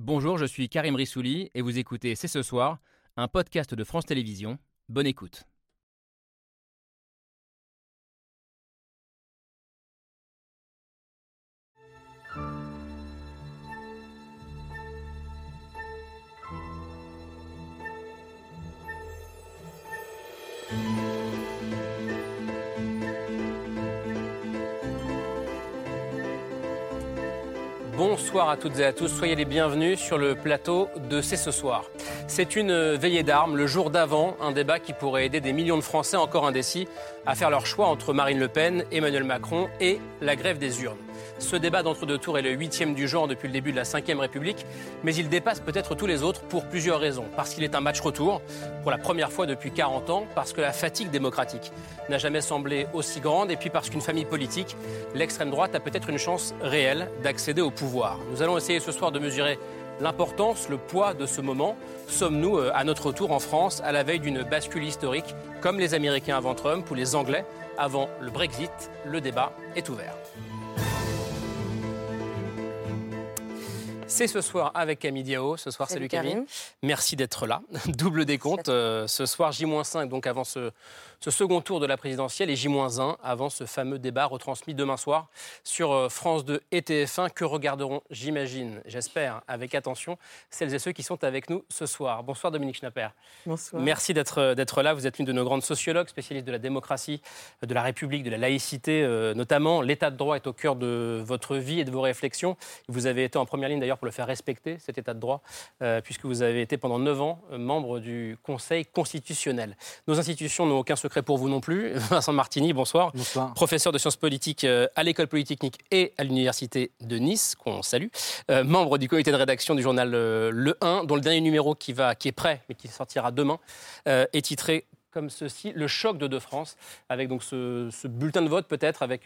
Bonjour, je suis Karim Rissouli et vous écoutez C'est ce soir, un podcast de France Télévisions. Bonne écoute. Bonsoir à toutes et à tous, soyez les bienvenus sur le plateau de C'est ce soir. C'est une veillée d'armes, le jour d'avant, un débat qui pourrait aider des millions de Français encore indécis à faire leur choix entre Marine Le Pen, Emmanuel Macron et la grève des urnes. Ce débat d'entre-deux tours est le 8e du genre depuis le début de la 5e République, mais il dépasse peut-être tous les autres pour plusieurs raisons. Parce qu'il est un match retour, pour la première fois depuis 40 ans, parce que la fatigue démocratique n'a jamais semblé aussi grande, et puis parce qu'une famille politique, l'extrême droite, a peut-être une chance réelle d'accéder au pouvoir. Nous allons essayer ce soir de mesurer l'importance, le poids de ce moment. Sommes-nous à notre tour en France, à la veille d'une bascule historique, comme les Américains avant Trump ou les Anglais avant le Brexit? Le débat est ouvert. C'est ce soir avec Camille Diao. Ce soir, salut Camille. Merci d'être là. Double décompte. Ce soir, J-5, donc avant ce second tour de la présidentielle, et J-1 avant ce fameux débat retransmis demain soir sur France 2 et TF1, que regarderont, j'imagine, j'espère, avec attention, celles et ceux qui sont avec nous ce soir. Bonsoir Dominique Schnapper. Bonsoir. Merci d'être là. Vous êtes l'une de nos grandes sociologues, spécialiste de la démocratie, de la République, de la laïcité notamment. L'état de droit est au cœur de votre vie et de vos réflexions. Vous avez été en première ligne d'ailleurs pour le faire respecter, cet état de droit, puisque vous avez été pendant 9 ans membre du Conseil constitutionnel. Nos institutions n'ont aucun secret pour vous non plus. Vincent Martini, bonsoir. Bonsoir. Professeur de sciences politiques à l'École polytechnique et à l'Université de Nice, qu'on salue. Membre du comité de rédaction du journal Le 1, dont le dernier numéro qui est prêt, mais qui sortira demain, est titré comme ceci, le choc de deux France, avec donc ce bulletin de vote peut-être avec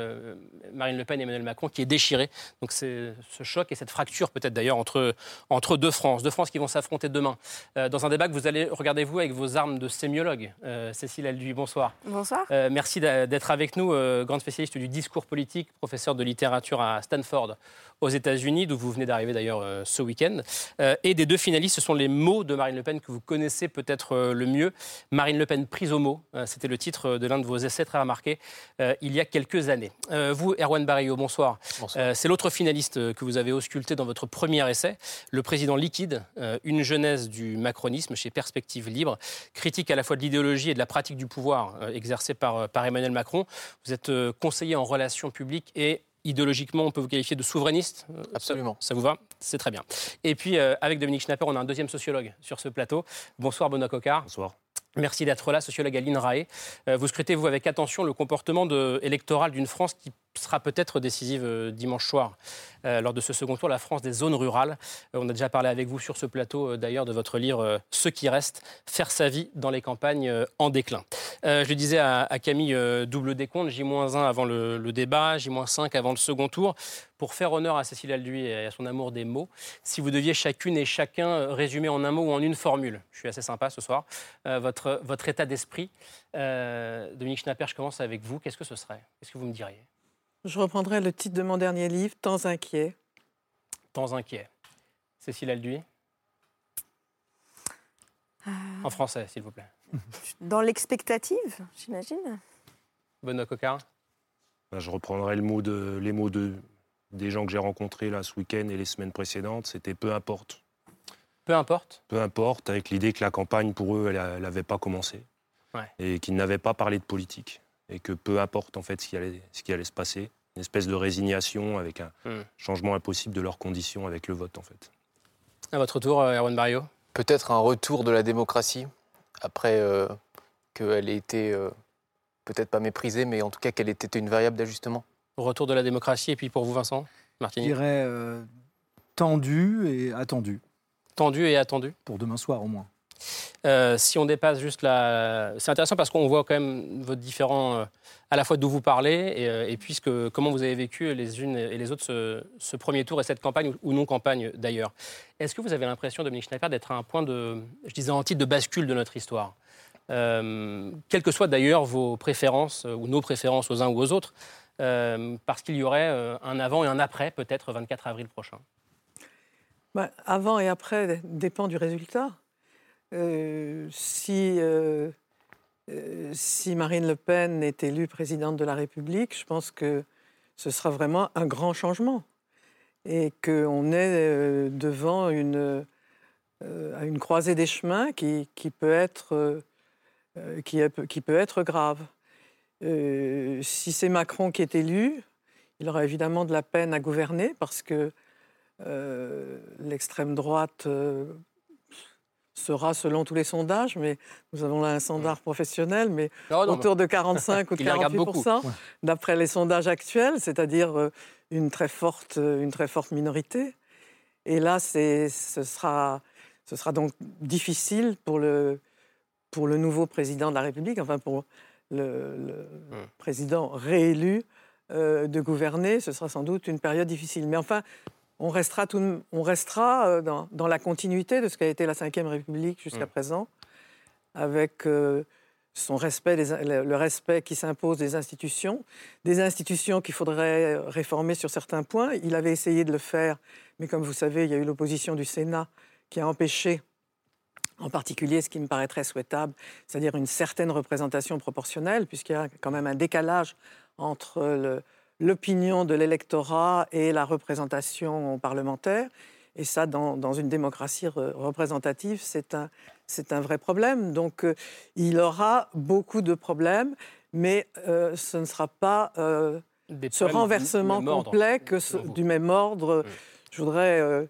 Marine Le Pen et Emmanuel Macron qui est déchiré. Donc c'est ce choc et cette fracture peut-être d'ailleurs entre deux France qui vont s'affronter demain dans un débat que vous allez, regardez-vous, avec vos armes de sémiologue. Cécile Alduy, bonsoir. Bonsoir. Merci d'être avec nous, grande spécialiste du discours politique, professeur de littérature à Stanford aux États-Unis, d'où vous venez d'arriver d'ailleurs ce week-end. Et des deux finalistes, ce sont les mots de Marine Le Pen que vous connaissez peut-être le mieux. Marine Le Pen prise au mot, c'était le titre de l'un de vos essais très remarqués il y a quelques années. Vous, Erwan Barrio, bonsoir. Bonsoir. C'est l'autre finaliste que vous avez ausculté dans votre premier essai, Le président liquide, une genèse du macronisme chez Perspectives Libres, critique à la fois de l'idéologie et de la pratique du pouvoir exercée par Emmanuel Macron. Vous êtes conseiller en relations publiques et idéologiquement, on peut vous qualifier de souverainiste. Absolument. Ça vous va? C'est très bien. Et puis, avec Dominique Schnapper, on a un deuxième sociologue sur ce plateau. Bonsoir, Benoît Coquart. Bonsoir. Merci d'être là, sociologue à l'INRAE. Vous scrutez, vous, avec attention, le comportement électoral d'une France qui sera peut-être décisive dimanche soir. Lors de ce second tour, la France des zones rurales. On a déjà parlé avec vous sur ce plateau, d'ailleurs, de votre livre « Ce qui reste, faire sa vie dans les campagnes en déclin ». Je le disais à Camille, double décompte, J-1 avant le débat, J-5 avant le second tour. Pour faire honneur à Cécile Alduy et à son amour des mots, si vous deviez chacune et chacun résumer en un mot ou en une formule, je suis assez sympa ce soir, votre état d'esprit. Dominique Schnapper, je commence avec vous. Qu'est-ce que ce serait? Qu'est-ce que vous me diriez? Je reprendrai le titre de mon dernier livre, Temps inquiet. Temps inquiet. Cécile Alduy? En français, s'il vous plaît. Dans l'expectative, j'imagine. Benoît Coquart? Je reprendrai les mots des gens que j'ai rencontrés là, ce week-end et les semaines précédentes. C'était peu importe. Peu importe. Peu importe, avec l'idée que la campagne, pour eux, elle n'avait pas commencé. Ouais. Et qu'ils n'avaient pas parlé de politique. Et que peu importe, en fait, ce qui allait se passer. Une espèce de résignation avec un changement impossible de leurs conditions avec le vote, en fait. À votre tour, Erwan Barrio? Peut-être un retour de la démocratie, après qu'elle ait été peut-être pas méprisée, mais en tout cas qu'elle ait été une variable d'ajustement. Retour de la démocratie, et puis pour vous, Vincent Martini? Je dirais tendu et attendu. Tendu et attendu? Pour demain soir, au moins. Si on dépasse juste c'est intéressant parce qu'on voit quand même votre différent à la fois d'où vous parlez et puisque comment vous avez vécu les unes et les autres ce premier tour et cette campagne ou non campagne d'ailleurs. Est-ce que vous avez l'impression, Dominique Schnapper, d'être à un point en titre de bascule de notre histoire, quelles que soient d'ailleurs vos préférences ou nos préférences aux uns ou aux autres, parce qu'il y aurait un avant et un après, peut-être 24 avril prochain? Avant et après dépend du résultat. Si Marine Le Pen est élue présidente de la République, je pense que ce sera vraiment un grand changement. Et qu'on est devant une croisée des chemins qui peut être grave. Si c'est Macron qui est élu, il aura évidemment de la peine à gouverner parce que l'extrême droite sera, selon tous les sondages, mais nous avons là un sondage professionnel, mais autour de 45 ou de 48%, d'après les sondages actuels, c'est-à-dire une très forte minorité. Et là, ce sera donc difficile pour le nouveau président de la République, enfin pour le président réélu, de gouverner. Ce sera sans doute une période difficile. Mais enfin, on restera dans la continuité de ce qu'a été la Ve République jusqu'à présent, avec le respect qui s'impose des institutions qu'il faudrait réformer sur certains points. Il avait essayé de le faire, mais comme vous savez, il y a eu l'opposition du Sénat qui a empêché, en particulier ce qui me paraît très souhaitable, c'est-à-dire une certaine représentation proportionnelle, puisqu'il y a quand même un décalage entre l'opinion de l'électorat et la représentation parlementaire. Et ça, dans une démocratie représentative, c'est un vrai problème. Donc, il aura beaucoup de problèmes, mais ce ne sera pas ce renversement complet du même ordre. Je voudrais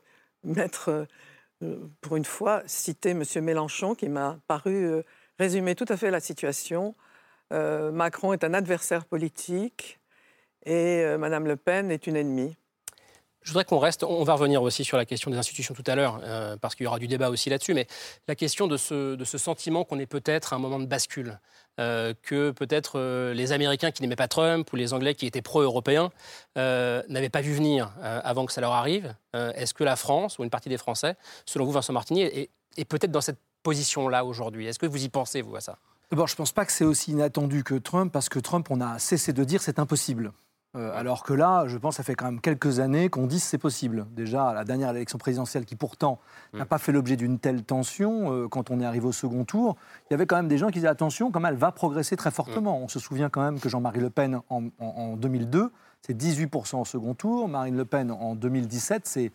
pour une fois, citer M. Mélenchon, qui m'a paru résumer tout à fait la situation. Macron est un adversaire politique et Mme Le Pen est une ennemie. Je voudrais qu'on reste, on va revenir aussi sur la question des institutions tout à l'heure, parce qu'il y aura du débat aussi là-dessus, mais la question de ce sentiment qu'on est peut-être à un moment de bascule, que peut-être les Américains qui n'aimaient pas Trump ou les Anglais qui étaient pro-européens n'avaient pas vu venir avant que ça leur arrive. Est-ce que la France, ou une partie des Français, selon vous, Vincent Martini, est peut-être dans cette position-là aujourd'hui? Est-ce que vous y pensez, vous, à ça? D'abord, je ne pense pas que c'est aussi inattendu que Trump, parce que Trump, on a cessé de dire c'est impossible. Alors que là, je pense que ça fait quand même quelques années qu'on dit c'est possible. Déjà, la dernière élection présidentielle qui pourtant n'a pas fait l'objet d'une telle tension, quand on est arrivé au second tour, il y avait quand même des gens qui disaient attention, quand même, elle va progresser très fortement. On se souvient quand même que Jean-Marie Le Pen, en 2002, c'est 18% au second tour. Marine Le Pen, en 2017, c'est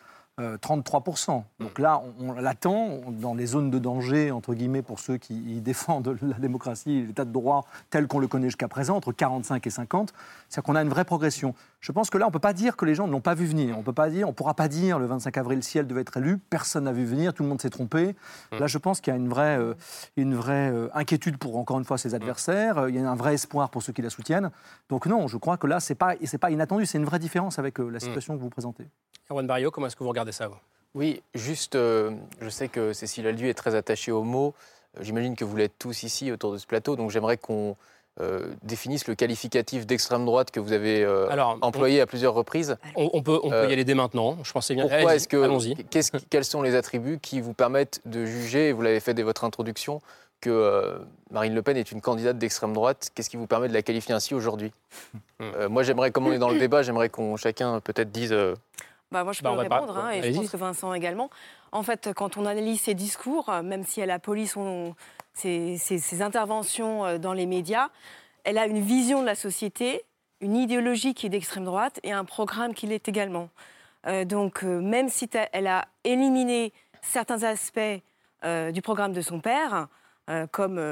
33%. Donc là, on l'attend dans les zones de danger, entre guillemets, pour ceux qui défendent la démocratie, l'état de droit tel qu'on le connaît jusqu'à présent, entre 45 et 50. C'est-à-dire qu'on a une vraie progression. Je pense que là, on ne peut pas dire que les gens ne l'ont pas vu venir. On ne pourra pas dire le 25 avril, si elle devait être élue, personne n'a vu venir, tout le monde s'est trompé. Là, je pense qu'il y a une vraie inquiétude pour, encore une fois, ses adversaires. Il y a un vrai espoir pour ceux qui la soutiennent. Donc non, je crois que là, ce n'est pas inattendu. C'est une vraie différence avec la situation que vous présentez. Erwan Barrio, comment est-ce que vous regardez ça, vous? Oui, juste, je sais que Cécile Alliot est très attachée aux mots. J'imagine que vous l'êtes tous ici autour de ce plateau, donc j'aimerais qu'on définisse le qualificatif d'extrême droite que vous avez employé à plusieurs reprises. On peut y aller dès maintenant, je pensais bien. Pourquoi est-ce que, allons-y. Quels sont les attributs qui vous permettent de juger, et vous l'avez fait dès votre introduction, que Marine Le Pen est une candidate d'extrême droite? Qu'est-ce qui vous permet de la qualifier ainsi aujourd'hui? Moi, j'aimerais, comme on est dans le débat, j'aimerais qu'on chacun peut-être dise... moi, je peux répondre, et je pense que Vincent également. En fait, quand on analyse ses discours, même si elle a poli ses interventions dans les médias, elle a une vision de la société, une idéologie qui est d'extrême droite et un programme qui l'est également. Donc, même si elle a éliminé certains aspects du programme de son père, comme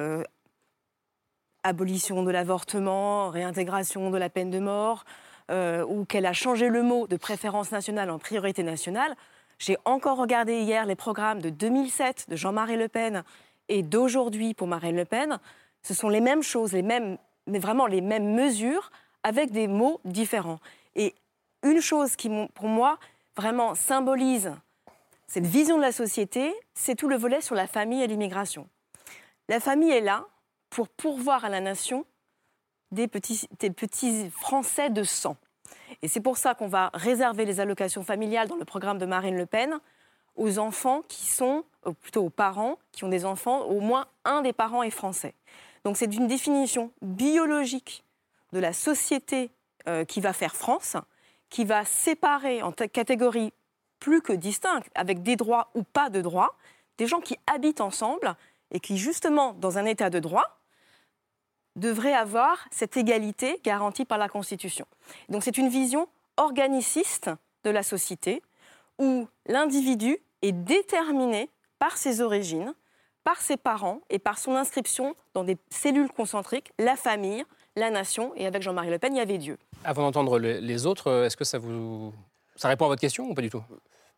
abolition de l'avortement, réintégration de la peine de mort, ou qu'elle a changé le mot de préférence nationale en priorité nationale. J'ai encore regardé hier les programmes de 2007 de Jean-Marie Le Pen et d'aujourd'hui pour Marine Le Pen. Ce sont les mêmes choses, mais vraiment les mêmes mesures avec des mots différents. Et une chose qui, pour moi, vraiment symbolise cette vision de la société, c'est tout le volet sur la famille et l'immigration. La famille est là pour pourvoir à la nation des petits Français de sang. Et c'est pour ça qu'on va réserver les allocations familiales dans le programme de Marine Le Pen aux enfants plutôt aux parents qui ont des enfants, au moins un des parents est français. Donc c'est une définition biologique de la société qui va faire France, qui va séparer en catégories plus que distincts, avec des droits ou pas de droits, des gens qui habitent ensemble et qui, justement, dans un état de droit, devraient avoir cette égalité garantie par la Constitution. Donc c'est une vision organiciste de la société où l'individu est déterminé par ses origines, par ses parents et par son inscription dans des cellules concentriques, la famille, la nation, et avec Jean-Marie Le Pen, il y avait Dieu. Avant d'entendre les autres, est-ce que ça répond à votre question ou pas du tout ?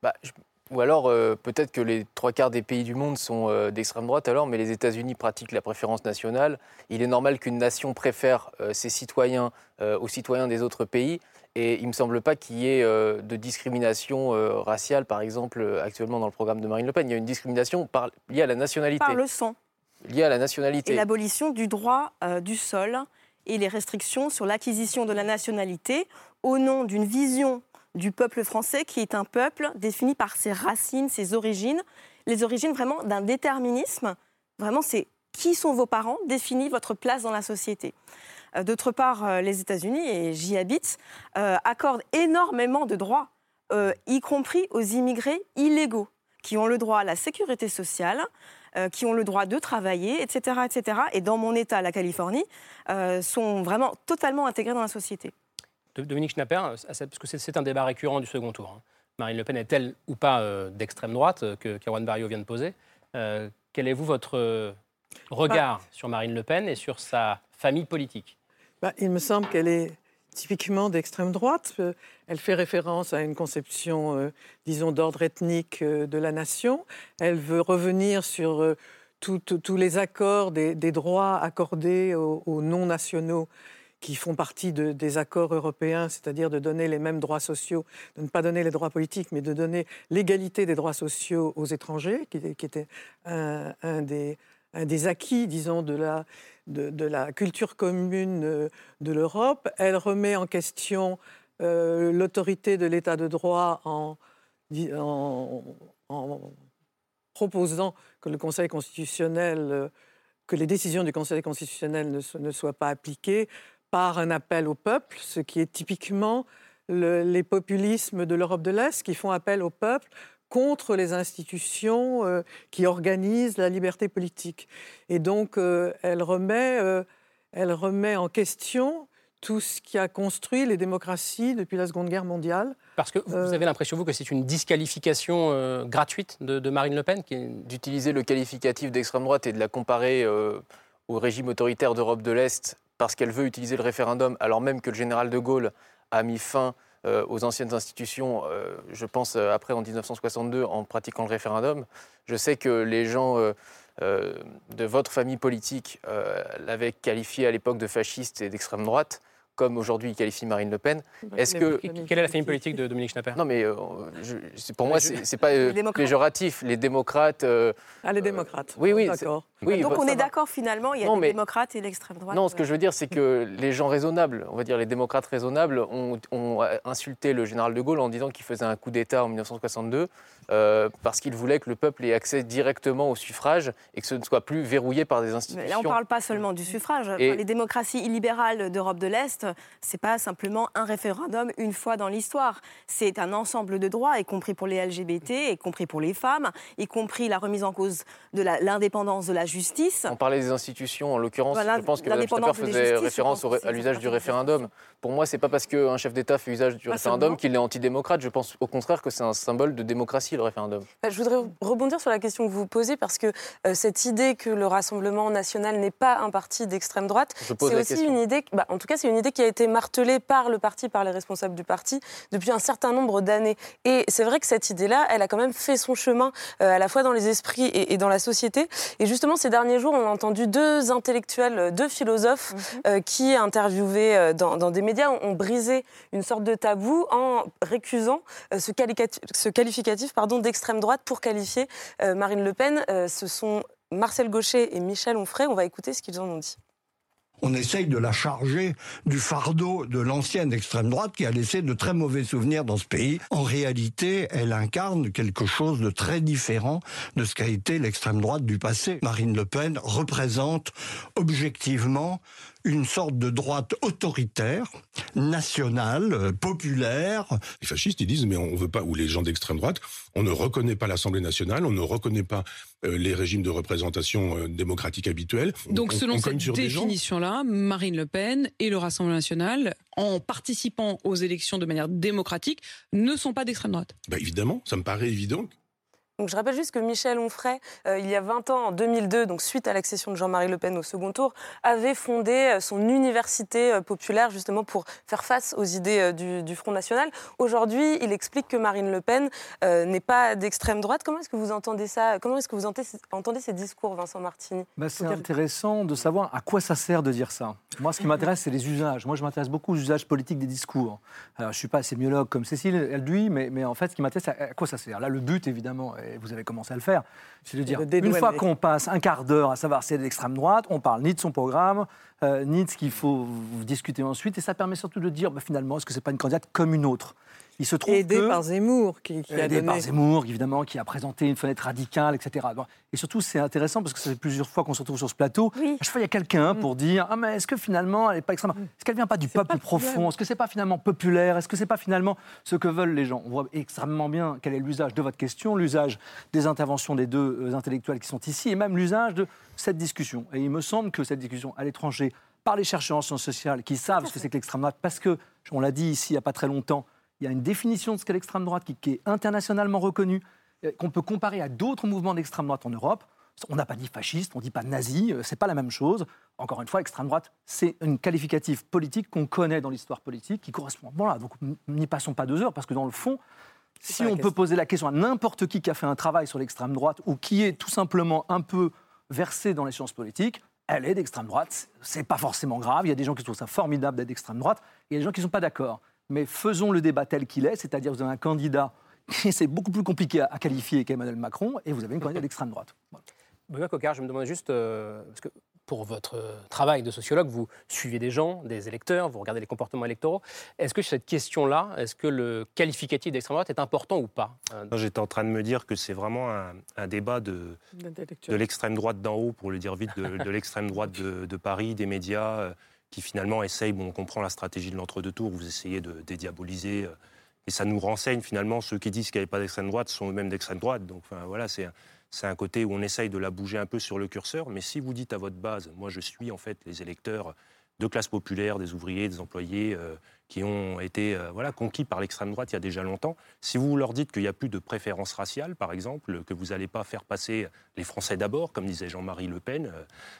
Ou alors, peut-être que les 3/4 des pays du monde sont d'extrême droite alors, mais les États-Unis pratiquent la préférence nationale. Il est normal qu'une nation préfère ses citoyens aux citoyens des autres pays. Et il ne me semble pas qu'il y ait de discrimination raciale, par exemple, actuellement dans le programme de Marine Le Pen. Il y a une discrimination liée à la nationalité. Par le sang. Liée à la nationalité. Et l'abolition du droit du sol et les restrictions sur l'acquisition de la nationalité au nom d'une vision du peuple français qui est un peuple défini par ses racines, ses origines, les origines vraiment d'un déterminisme. Vraiment, c'est qui sont vos parents, définit votre place dans la société. D'autre part, les États-Unis, et j'y habite, accordent énormément de droits, y compris aux immigrés illégaux, qui ont le droit à la sécurité sociale, qui ont le droit de travailler, etc., etc. Et dans mon État, la Californie, sont vraiment totalement intégrés dans la société. Dominique Schnapper, parce que c'est un débat récurrent du second tour. Marine Le Pen est-elle ou pas d'extrême droite que Erwan Barrio vient de poser ? Quel est votre regard sur Marine Le Pen et sur sa famille politique ? Il me semble qu'elle est typiquement d'extrême droite. Elle fait référence à une conception, disons, d'ordre ethnique de la nation. Elle veut revenir sur tous les accords des droits accordés aux non-nationaux qui font partie des accords européens, c'est-à-dire de donner les mêmes droits sociaux, de ne pas donner les droits politiques, mais de donner l'égalité des droits sociaux aux étrangers, qui était un des acquis, disons, de la culture commune de l'Europe. Elle remet en question l'autorité de l'État de droit en proposant que le Conseil constitutionnel, que les décisions du Conseil constitutionnel ne soient pas appliquées par un appel au peuple, ce qui est typiquement les populismes de l'Europe de l'Est qui font appel au peuple contre les institutions qui organisent la liberté politique. Et donc, elle remet en question tout ce qui a construit les démocraties depuis la Seconde Guerre mondiale. Parce que vous avez l'impression, vous, que c'est une disqualification gratuite de Marine Le Pen D'utiliser le qualificatif d'extrême droite et de la comparer au régime autoritaire d'Europe de l'Est parce qu'elle veut utiliser le référendum, alors même que le général de Gaulle a mis fin aux anciennes institutions, je pense après en 1962, en pratiquant le référendum. Je sais que les gens de votre famille politique l'avaient qualifié à l'époque de fasciste et d'extrême droite, comme aujourd'hui il qualifie Marine Le Pen. Quelle est la famille politique de Dominique Schnapper ? Non, mais pour moi, c'est pas péjoratif. Les démocrates... les démocrates. Oui, d'accord. Oui, donc on est d'accord finalement, il y a des démocrates et l'extrême droite. Non, ce que je veux dire, c'est que les gens raisonnables, on va dire les démocrates raisonnables, ont insulté le général de Gaulle en disant qu'il faisait un coup d'État en 1962 parce qu'il voulait que le peuple ait accès directement au suffrage et que ce ne soit plus verrouillé par des institutions. Mais là, on ne parle pas seulement du suffrage. Les démocraties illibérales d'Europe de l'Est, ce n'est pas simplement un référendum une fois dans l'histoire. C'est un ensemble de droits, y compris pour les LGBT, y compris pour les femmes, y compris la remise en cause de l'indépendance de la justice. On parlait des institutions, en l'occurrence, je pense que Mme Schnapper faisait référence à l'usage du référendum. Pour moi, ce n'est pas parce qu'un chef d'État fait usage du référendum qu'il est antidémocrate. Je pense au contraire que c'est un symbole de démocratie, le référendum. Je voudrais rebondir sur la question que vous posez, parce que cette idée que le Rassemblement national n'est pas un parti d'extrême droite, c'est aussi une idée, en tout cas, c'est une idée qui a été martelée par le parti, par les responsables du parti, depuis un certain nombre d'années. Et c'est vrai que cette idée-là, elle a quand même fait son chemin, à la fois dans les esprits et dans la société. Et justement, ces derniers jours, on a entendu deux intellectuels, deux philosophes qui, interviewés dans des médias, ont brisé une sorte de tabou en récusant ce qualificatif d'extrême droite pour qualifier Marine Le Pen. Ce sont Marcel Gauchet et Michel Onfray. On va écouter ce qu'ils en ont dit. On essaye de la charger du fardeau de l'ancienne extrême droite qui a laissé de très mauvais souvenirs dans ce pays. En réalité, elle incarne quelque chose de très différent de ce qu'a été l'extrême droite du passé. Marine Le Pen représente objectivement une sorte de droite autoritaire, nationale, populaire. Les fascistes, ils disent, mais on veut pas, ou les gens d'extrême droite, on ne reconnaît pas l'Assemblée nationale, on ne reconnaît pas les régimes de représentation démocratique habituels. Donc selon cette définition-là, Marine Le Pen et le Rassemblement national, en participant aux élections de manière démocratique, ne sont pas d'extrême droite. Évidemment, ça me paraît évident. Donc je rappelle juste que Michel Onfray, il y a 20 ans, en 2002, donc suite à l'accession de Jean-Marie Le Pen au second tour, avait fondé son université populaire justement pour faire face aux idées du Front National. Aujourd'hui, il explique que Marine Le Pen n'est pas d'extrême droite. Comment est-ce que vous entendez ça ? Comment est-ce que vous entendez ces discours, Vincent Martini ? C'est intéressant de savoir à quoi ça sert de dire ça. Moi, ce qui m'intéresse, c'est les usages. Moi, je m'intéresse beaucoup aux usages politiques des discours. Alors, je ne suis pas sémiologue comme Cécile Elduy, mais en fait, ce qui m'intéresse, c'est à quoi ça sert. Là, le but, évidemment, et vous avez commencé à le faire, c'est de dire, une fois qu'on passe un quart d'heure à savoir si c'est de l'extrême droite, on parle ni de son programme, ni de ce qu'il faut discuter ensuite, et ça permet surtout de dire, finalement, est-ce que ce n'est pas une candidate comme une autre ? Il se trouve aidé par Zemmour, qui a donné... par Zemmour, évidemment, qui a présenté une fenêtre radicale, etc. Et surtout, c'est intéressant, parce que ça fait plusieurs fois qu'on se retrouve sur ce plateau. Oui. À chaque fois, il y a quelqu'un pour dire « Ah, mais est-ce que finalement, elle n'est pas extrême ? Est-ce qu'elle ne vient pas du peuple profond ? Est-ce que ce n'est pas finalement populaire ? Est-ce que ce n'est pas finalement ce que veulent les gens ?» On voit extrêmement bien quel est l'usage de votre question, l'usage des interventions des deux intellectuels qui sont ici, et même l'usage de cette discussion. Et il me semble que cette discussion à l'étranger, par les chercheurs en sciences sociales, qui savent ce que c'est que l'extrême droite, parce que, on l'a dit ici il n'y a pas très longtemps, il y a une définition de ce qu'est l'extrême droite qui est internationalement reconnue, qu'on peut comparer à d'autres mouvements d'extrême droite en Europe. On n'a pas dit fasciste, on ne dit pas nazi, c'est pas la même chose. Encore une fois, extrême droite, c'est un qualificatif politique qu'on connaît dans l'histoire politique, qui correspond. Bon là, donc n'y passons pas 2 heures, parce que dans le fond, si on peut poser la question à n'importe qui a fait un travail sur l'extrême droite ou qui est tout simplement un peu versé dans les sciences politiques, elle est d'extrême droite. C'est pas forcément grave. Il y a des gens qui trouvent ça formidable d'être d'extrême droite, et il y a des gens qui ne sont pas d'accord. Mais faisons le débat tel qu'il est, c'est-à-dire vous avez un candidat qui c'est beaucoup plus compliqué à qualifier qu'Emmanuel Macron, et vous avez une candidate d'extrême droite. Voilà. Benoît Coquart, je me demandais juste, parce que pour votre travail de sociologue, vous suivez des gens, des électeurs, vous regardez les comportements électoraux. Est-ce que cette question-là, est-ce que le qualificatif d'extrême droite est important ou pas ? J'étais en train de me dire que c'est vraiment un débat de l'extrême droite d'en haut, pour le dire vite, de l'extrême droite de Paris, des médias, qui finalement essayent, on comprend la stratégie de l'entre-deux tours, vous essayez de dédiaboliser, et ça nous renseigne finalement, ceux qui disent qu'il n'y avait pas d'extrême droite sont eux-mêmes d'extrême droite, donc voilà, c'est un côté où on essaye de la bouger un peu sur le curseur, mais si vous dites à votre base, moi je suis en fait les électeurs de classe populaire, des ouvriers, des employés, qui ont été conquis par l'extrême droite il y a déjà longtemps. Si vous leur dites qu'il n'y a plus de préférence raciale, par exemple, que vous n'allez pas faire passer les Français d'abord, comme disait Jean-Marie Le Pen,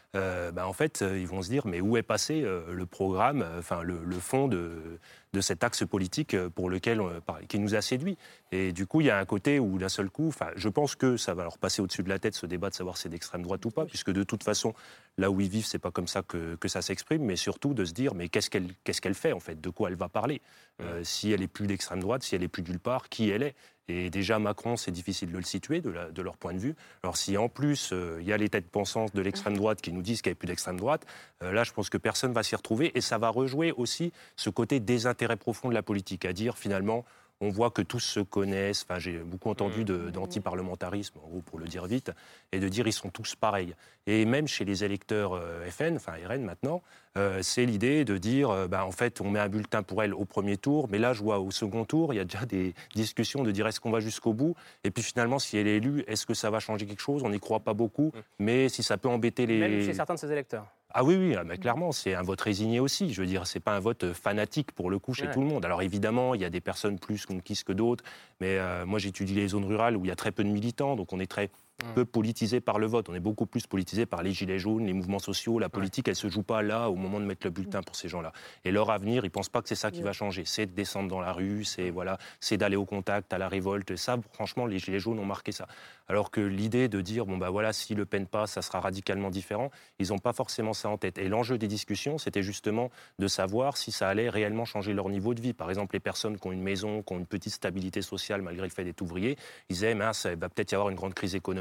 en fait, ils vont se dire, mais où est passé le programme, le fond de cet axe politique qui nous a séduits. Et du coup, il y a un côté où, d'un seul coup, je pense que ça va leur passer au-dessus de la tête, ce débat de savoir si c'est d'extrême droite ou pas, puisque de toute façon, là où ils vivent, c'est pas comme ça que ça s'exprime, mais surtout de se dire, mais qu'est-ce qu'elle fait, en fait, de quoi elle va parler, si elle est plus d'extrême droite, si elle est plus nulle part, qui elle est. Et déjà, Macron, c'est difficile de le situer de leur point de vue. Alors si en plus, il y a les têtes pensantes de l'extrême droite qui nous disent qu'il n'y a plus d'extrême droite, là, je pense que personne ne va s'y retrouver. Et ça va rejouer aussi ce côté désintérêt profond de la politique, à dire finalement, on voit que tous se connaissent. J'ai beaucoup entendu d'anti-parlementarisme, en gros, pour le dire vite, et de dire ils sont tous pareils. Et même chez les électeurs RN maintenant, c'est l'idée de dire, en fait, on met un bulletin pour elle au premier tour, mais là, je vois au second tour, il y a déjà des discussions de dire est-ce qu'on va jusqu'au bout, et puis finalement, si elle est élue, est-ce que ça va changer quelque chose ? On n'y croit pas beaucoup, mais si ça peut embêter les... Même chez certains de ses électeurs. Ah oui, mais clairement, c'est un vote résigné aussi. Je veux dire, c'est pas un vote fanatique pour le coup chez tout le monde. Alors évidemment, il y a des personnes plus conquises que d'autres, mais moi j'étudie les zones rurales où il y a très peu de militants, donc on est très peu politisé par le vote. On est beaucoup plus politisé par les gilets jaunes, les mouvements sociaux. La politique, elle se joue pas là au moment de mettre le bulletin pour ces gens-là. Et leur avenir, ils pensent pas que c'est ça qui va changer. C'est de descendre dans la rue, c'est d'aller au contact, à la révolte. Ça, franchement, les gilets jaunes ont marqué ça. Alors que l'idée de dire, si Le Pen passe, ça sera radicalement différent, ils n'ont pas forcément ça en tête. Et l'enjeu des discussions, c'était justement de savoir si ça allait réellement changer leur niveau de vie. Par exemple, les personnes qui ont une maison, qui ont une petite stabilité sociale malgré le fait d'être ouvriers, ils disaient, il va peut-être y avoir une grande crise économique,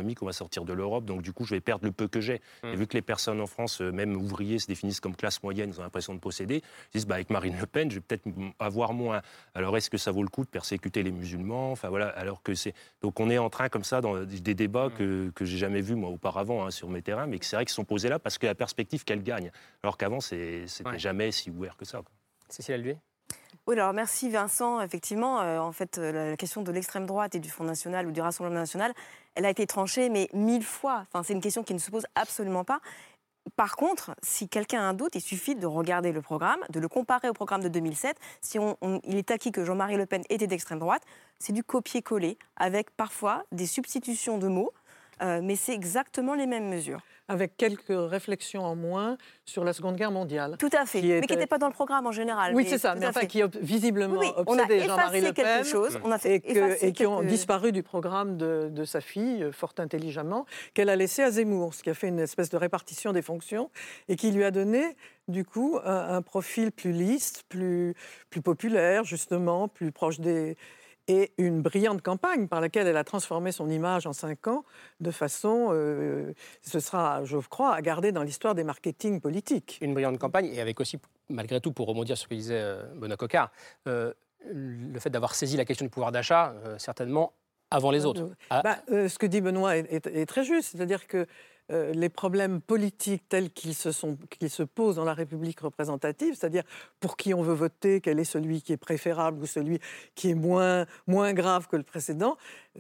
économique, on va sortir de l'Europe, donc du coup, je vais perdre le peu que j'ai. Et vu que les personnes en France, même ouvriers, se définissent comme classe moyenne, ils ont l'impression de posséder, ils disent, avec Marine Le Pen, je vais peut-être avoir moins. Alors, est-ce que ça vaut le coup de persécuter les musulmans ? Enfin, voilà, alors que c'est... Donc, on est en train, comme ça, dans des débats que j'ai jamais vus, moi, auparavant, sur mes terrains, mais que c'est vrai qu'ils sont posés là parce que la perspective qu'elle gagne. Alors qu'avant, c'était jamais si ouvert que ça, quoi. Cécile Allier ? Oui, alors merci Vincent. Effectivement, en fait, la question de l'extrême droite et du Front National ou du Rassemblement National, elle a été tranchée, mais 1000 fois. Enfin, c'est une question qui ne se pose absolument pas. Par contre, si quelqu'un a un doute, il suffit de regarder le programme, de le comparer au programme de 2007. Si il est acquis que Jean-Marie Le Pen était d'extrême droite, c'est du copier-coller, avec parfois des substitutions de mots, mais c'est exactement les mêmes mesures. Avec quelques réflexions en moins sur la Seconde Guerre mondiale. Tout à fait, mais qui n'étaient pas dans le programme en général. Oui, c'est ça, mais enfin qui visiblement obsédait Jean-Marie Le Pen et qui ont disparu du programme de sa fille, fort intelligemment, qu'elle a laissé à Zemmour, ce qui a fait une espèce de répartition des fonctions et qui lui a donné, du coup, un profil plus lisse, plus populaire, justement, plus proche des... Et une brillante campagne par laquelle elle a transformé son image en 5 ans de façon, ce sera, je crois, à garder dans l'histoire des marketing politiques. Une brillante campagne, et avec aussi, malgré tout, pour rebondir sur ce que disait Benoît Coquart, le fait d'avoir saisi la question du pouvoir d'achat, certainement, avant les autres. Ce que dit Benoît est très juste, c'est-à-dire que les problèmes politiques tels qu'ils se posent dans la République représentative, c'est-à-dire pour qui on veut voter, quel est celui qui est préférable ou celui qui est moins grave que le précédent,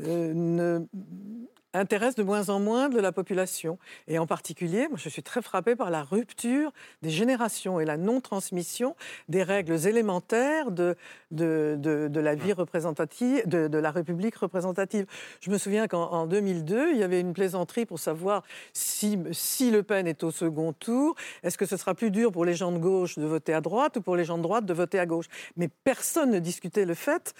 intéresse de moins en moins de la population. Et en particulier, moi, je suis très frappée par la rupture des générations et la non-transmission des règles élémentaires de la vie représentative, de la République représentative. Je me souviens qu'en 2002, il y avait une plaisanterie pour savoir si Le Pen est au second tour, est-ce que ce sera plus dur pour les gens de gauche de voter à droite ou pour les gens de droite de voter à gauche ? Mais personne ne discutait le fait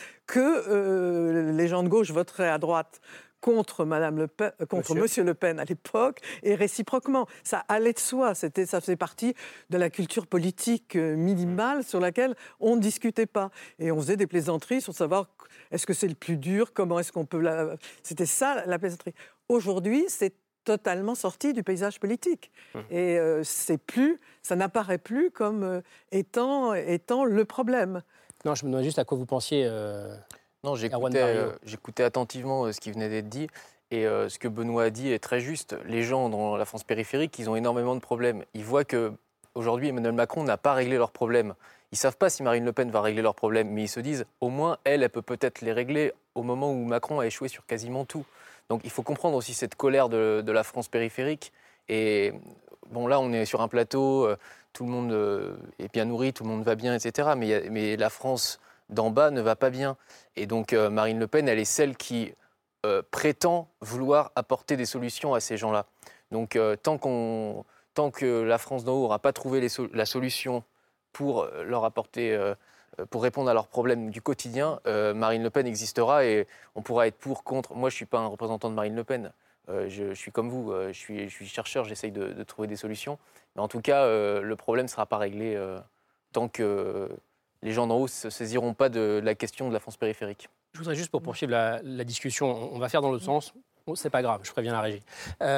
que les gens de gauche voteraient à droite contre Monsieur Le Pen à l'époque, et réciproquement. Ça allait de soi, ça faisait partie de la culture politique minimale sur laquelle on ne discutait pas. Et on faisait des plaisanteries sur savoir est-ce que c'est le plus dur, comment est-ce qu'on peut... C'était ça la plaisanterie. Aujourd'hui, c'est totalement sorti du paysage politique. Et ça n'apparaît plus comme étant le problème. Non, je me demande juste à quoi vous pensiez... Non, j'écoutais attentivement ce qui venait d'être dit. Et ce que Benoît a dit est très juste. Les gens dans la France périphérique, ils ont énormément de problèmes. Ils voient qu'aujourd'hui, Emmanuel Macron n'a pas réglé leurs problèmes. Ils ne savent pas si Marine Le Pen va régler leurs problèmes, mais ils se disent, au moins, elle peut peut-être les régler au moment où Macron a échoué sur quasiment tout. Donc il faut comprendre aussi cette colère de la France périphérique. Et bon, là, on est sur un plateau, tout le monde est bien nourri, tout le monde va bien, etc. Mais la France d'en bas ne va pas bien. Et donc Marine Le Pen, elle est celle qui prétend vouloir apporter des solutions à ces gens-là. Donc tant que la France d'en haut n'aura pas trouvé la solution pour leur apporter, pour répondre à leurs problèmes du quotidien, Marine Le Pen existera et on pourra être pour, contre. Moi, je ne suis pas un représentant de Marine Le Pen. Je suis comme vous, je suis chercheur, j'essaye de trouver des solutions. Mais en tout cas, le problème ne sera pas réglé tant que les gens d'en haut ne se saisiront pas de la question de la France périphérique. Je voudrais juste, pour poursuivre la discussion, on va faire dans l'autre sens. Bon, c'est pas grave, je préviens la régie.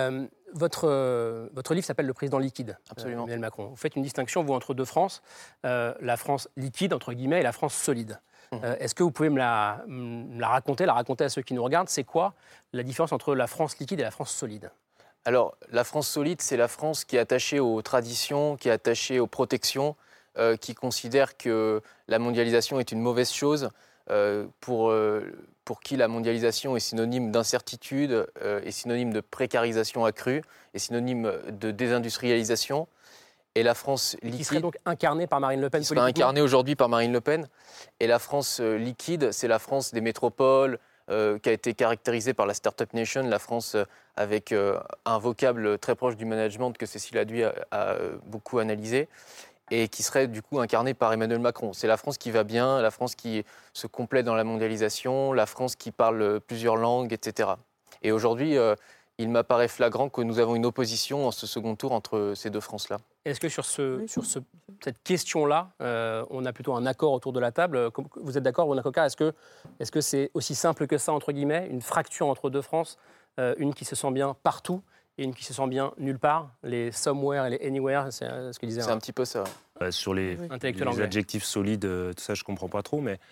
Votre livre s'appelle « Le président liquide », Emmanuel Macron. Vous faites une distinction, vous, entre deux France, la France liquide, entre guillemets, et la France solide. Est-ce que vous pouvez me la raconter à ceux qui nous regardent? C'est quoi la différence entre la France liquide et la France solide? Alors, la France solide, c'est la France qui est attachée aux traditions, qui est attachée aux protections, qui considère que la mondialisation est une mauvaise chose, pour qui la mondialisation est synonyme d'incertitude, est synonyme de précarisation accrue, est synonyme de désindustrialisation. Et la France liquide... Qui serait donc incarnée par Marine Le Pen politiquement. Qui serait incarnée aujourd'hui par Marine Le Pen. Et la France liquide, c'est la France des métropoles, qui a été caractérisée par la Startup Nation, la France avec un vocable très proche du management que Cécile Allier a beaucoup analysé, et qui serait du coup incarnée par Emmanuel Macron. C'est la France qui va bien, la France qui se complète dans la mondialisation, la France qui parle plusieurs langues, etc. Et aujourd'hui, il m'apparaît flagrant que nous avons une opposition en ce second tour entre ces deux France-là. Est-ce que sur cette question-là, on a plutôt un accord autour de la table? Vous êtes d'accord, Benoît Coquart? Est-ce que c'est aussi simple que ça, entre guillemets, une fracture entre deux France une qui se sent bien partout et une qui se sent bien nulle part. Les somewhere et les anywhere, c'est ce que disait. C'est un petit peu ça. Sur les anglais. Adjectifs solides, tout ça, je ne comprends pas trop. Mais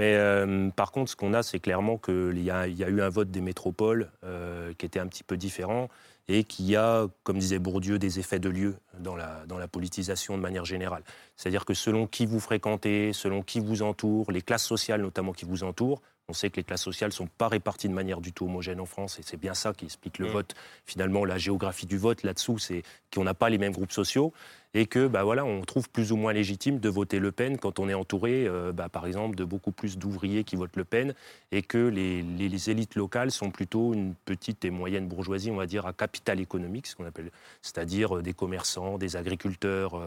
par contre, ce qu'on a, c'est clairement qu'il y a eu un vote des métropoles qui était un petit peu différent et qui a, comme disait Bourdieu, des effets de lieu dans la politisation de manière générale. C'est-à-dire que selon qui vous fréquentez, selon qui vous entoure, les classes sociales notamment qui vous entourent, on sait que les classes sociales ne sont pas réparties de manière du tout homogène en France et c'est bien ça qui explique le vote. Finalement, la géographie du vote là-dessous, c'est qu'on n'a pas les mêmes groupes sociaux et que on trouve plus ou moins légitime de voter Le Pen quand on est entouré, par exemple, de beaucoup plus d'ouvriers qui votent Le Pen et que les élites locales sont plutôt une petite et moyenne bourgeoisie, on va dire, à capital économique, ce qu'on appelle, c'est-à-dire des commerçants, des agriculteurs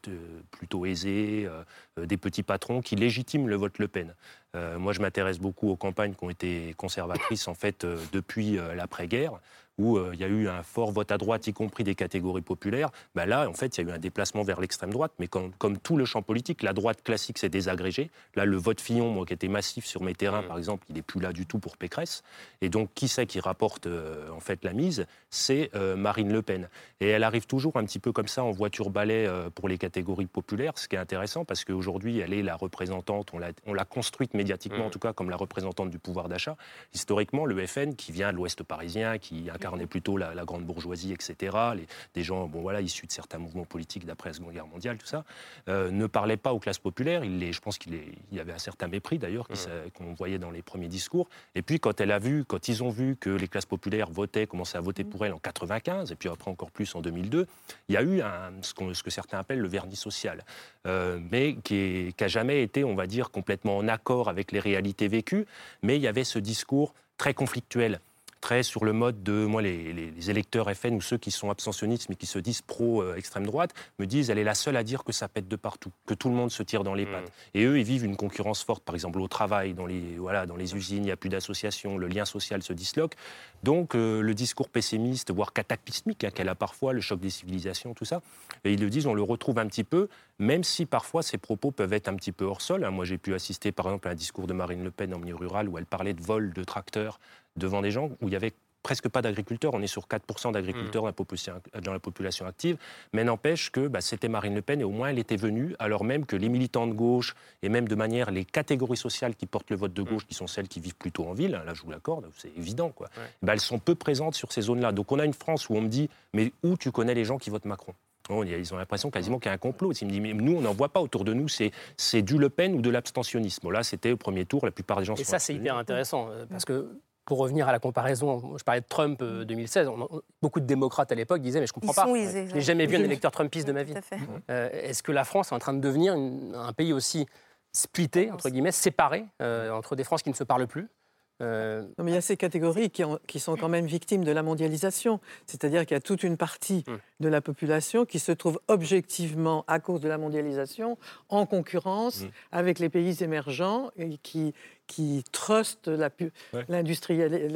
plutôt aisés, des petits patrons qui légitiment le vote Le Pen. Moi, je m'intéresse beaucoup aux campagnes qui ont été conservatrices, en fait, depuis l'après-guerre, où il y a eu un fort vote à droite, y compris des catégories populaires. Là, en fait, il y a eu un déplacement vers l'extrême droite, mais comme tout le champ politique, la droite classique s'est désagrégée. Là, le vote Fillon, moi, qui était massif sur mes terrains, par exemple, il n'est plus là du tout pour Pécresse. Et donc, qui c'est qui rapporte, en fait, la mise ? C'est Marine Le Pen. Et elle arrive toujours un petit peu comme ça, en voiture-balai pour les catégories populaires, ce qui est intéressant, parce qu'aujourd'hui, elle est la représentante, on l'a construite médiatiquement, en tout cas, comme la représentante du pouvoir d'achat. Historiquement, le FN, qui vient de l'Ouest parisien, qui incarnait plutôt la grande bourgeoisie, etc., des gens issus de certains mouvements politiques d'après la Seconde Guerre mondiale, tout ça, ne parlait pas aux classes populaires. Je pense qu'il y avait un certain mépris, d'ailleurs, qu'on voyait dans les premiers discours. Et puis, quand ils ont vu que les classes populaires commençaient à voter pour elle en 95, et puis après encore plus en 2002, il y a eu ce que certains appellent le vernis social, mais qui n'a jamais été, on va dire, complètement en accord avec les réalités vécues. Mais il y avait ce discours très conflictuel, très sur le mode de, moi, les électeurs FN ou ceux qui sont abstentionnistes mais qui se disent pro-extrême droite, me disent, elle est la seule à dire que ça pète de partout, que tout le monde se tire dans les pattes. Et eux, ils vivent une concurrence forte, par exemple au travail, dans les usines, il n'y a plus d'associations, le lien social se disloque. Donc le discours pessimiste, voire cataclysmique, qu'elle a parfois, le choc des civilisations, tout ça, et ils le disent, on le retrouve un petit peu, même si parfois ces propos peuvent être un petit peu hors sol. Moi, j'ai pu assister, par exemple, à un discours de Marine Le Pen en milieu rural où elle parlait de vol de tracteurs devant des gens où il n'y avait presque pas d'agriculteurs. On est sur 4% d'agriculteurs dans la population active. Mais n'empêche que c'était Marine Le Pen et au moins elle était venue, alors même que les militants de gauche et même de manière les catégories sociales qui portent le vote de gauche, qui sont celles qui vivent plutôt en ville, là je vous l'accorde, c'est évident, quoi. Elles sont peu présentes sur ces zones-là. Donc on a une France où on me dit, mais où tu connais les gens qui votent Macron ? Ils ont l'impression quasiment qu'il y a un complot. Ils me disent, mais nous, on n'en voit pas autour de nous, c'est du Le Pen ou de l'abstentionnisme. Là, c'était au premier tour, la plupart des gens... Et ça, c'est hyper intéressant, parce que, pour revenir à la comparaison, je parlais de Trump 2016, beaucoup de démocrates à l'époque disaient, mais je ne comprends pas, je n'ai jamais vu un électeur trumpiste de ma vie. Est-ce que la France est en train de devenir un pays aussi splitté, entre guillemets, séparé, entre des Frances qui ne se parlent plus ? Non, mais il y a ces catégories qui sont quand même victimes de la mondialisation. C'est-à-dire qu'il y a toute une partie de la population qui se trouve objectivement, à cause de la mondialisation, en concurrence avec les pays émergents et qui trustent l'industrie,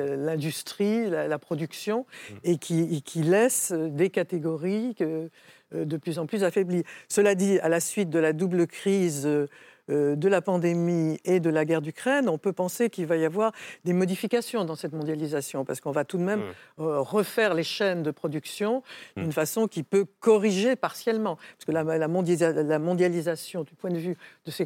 la production et qui laissent des catégories de plus en plus affaiblies. Cela dit, à la suite de la double crise de la pandémie et de la guerre d'Ukraine, on peut penser qu'il va y avoir des modifications dans cette mondialisation, parce qu'on va tout de même refaire les chaînes de production d'une façon qui peut corriger partiellement. Parce que la mondialisation, du point de vue de ces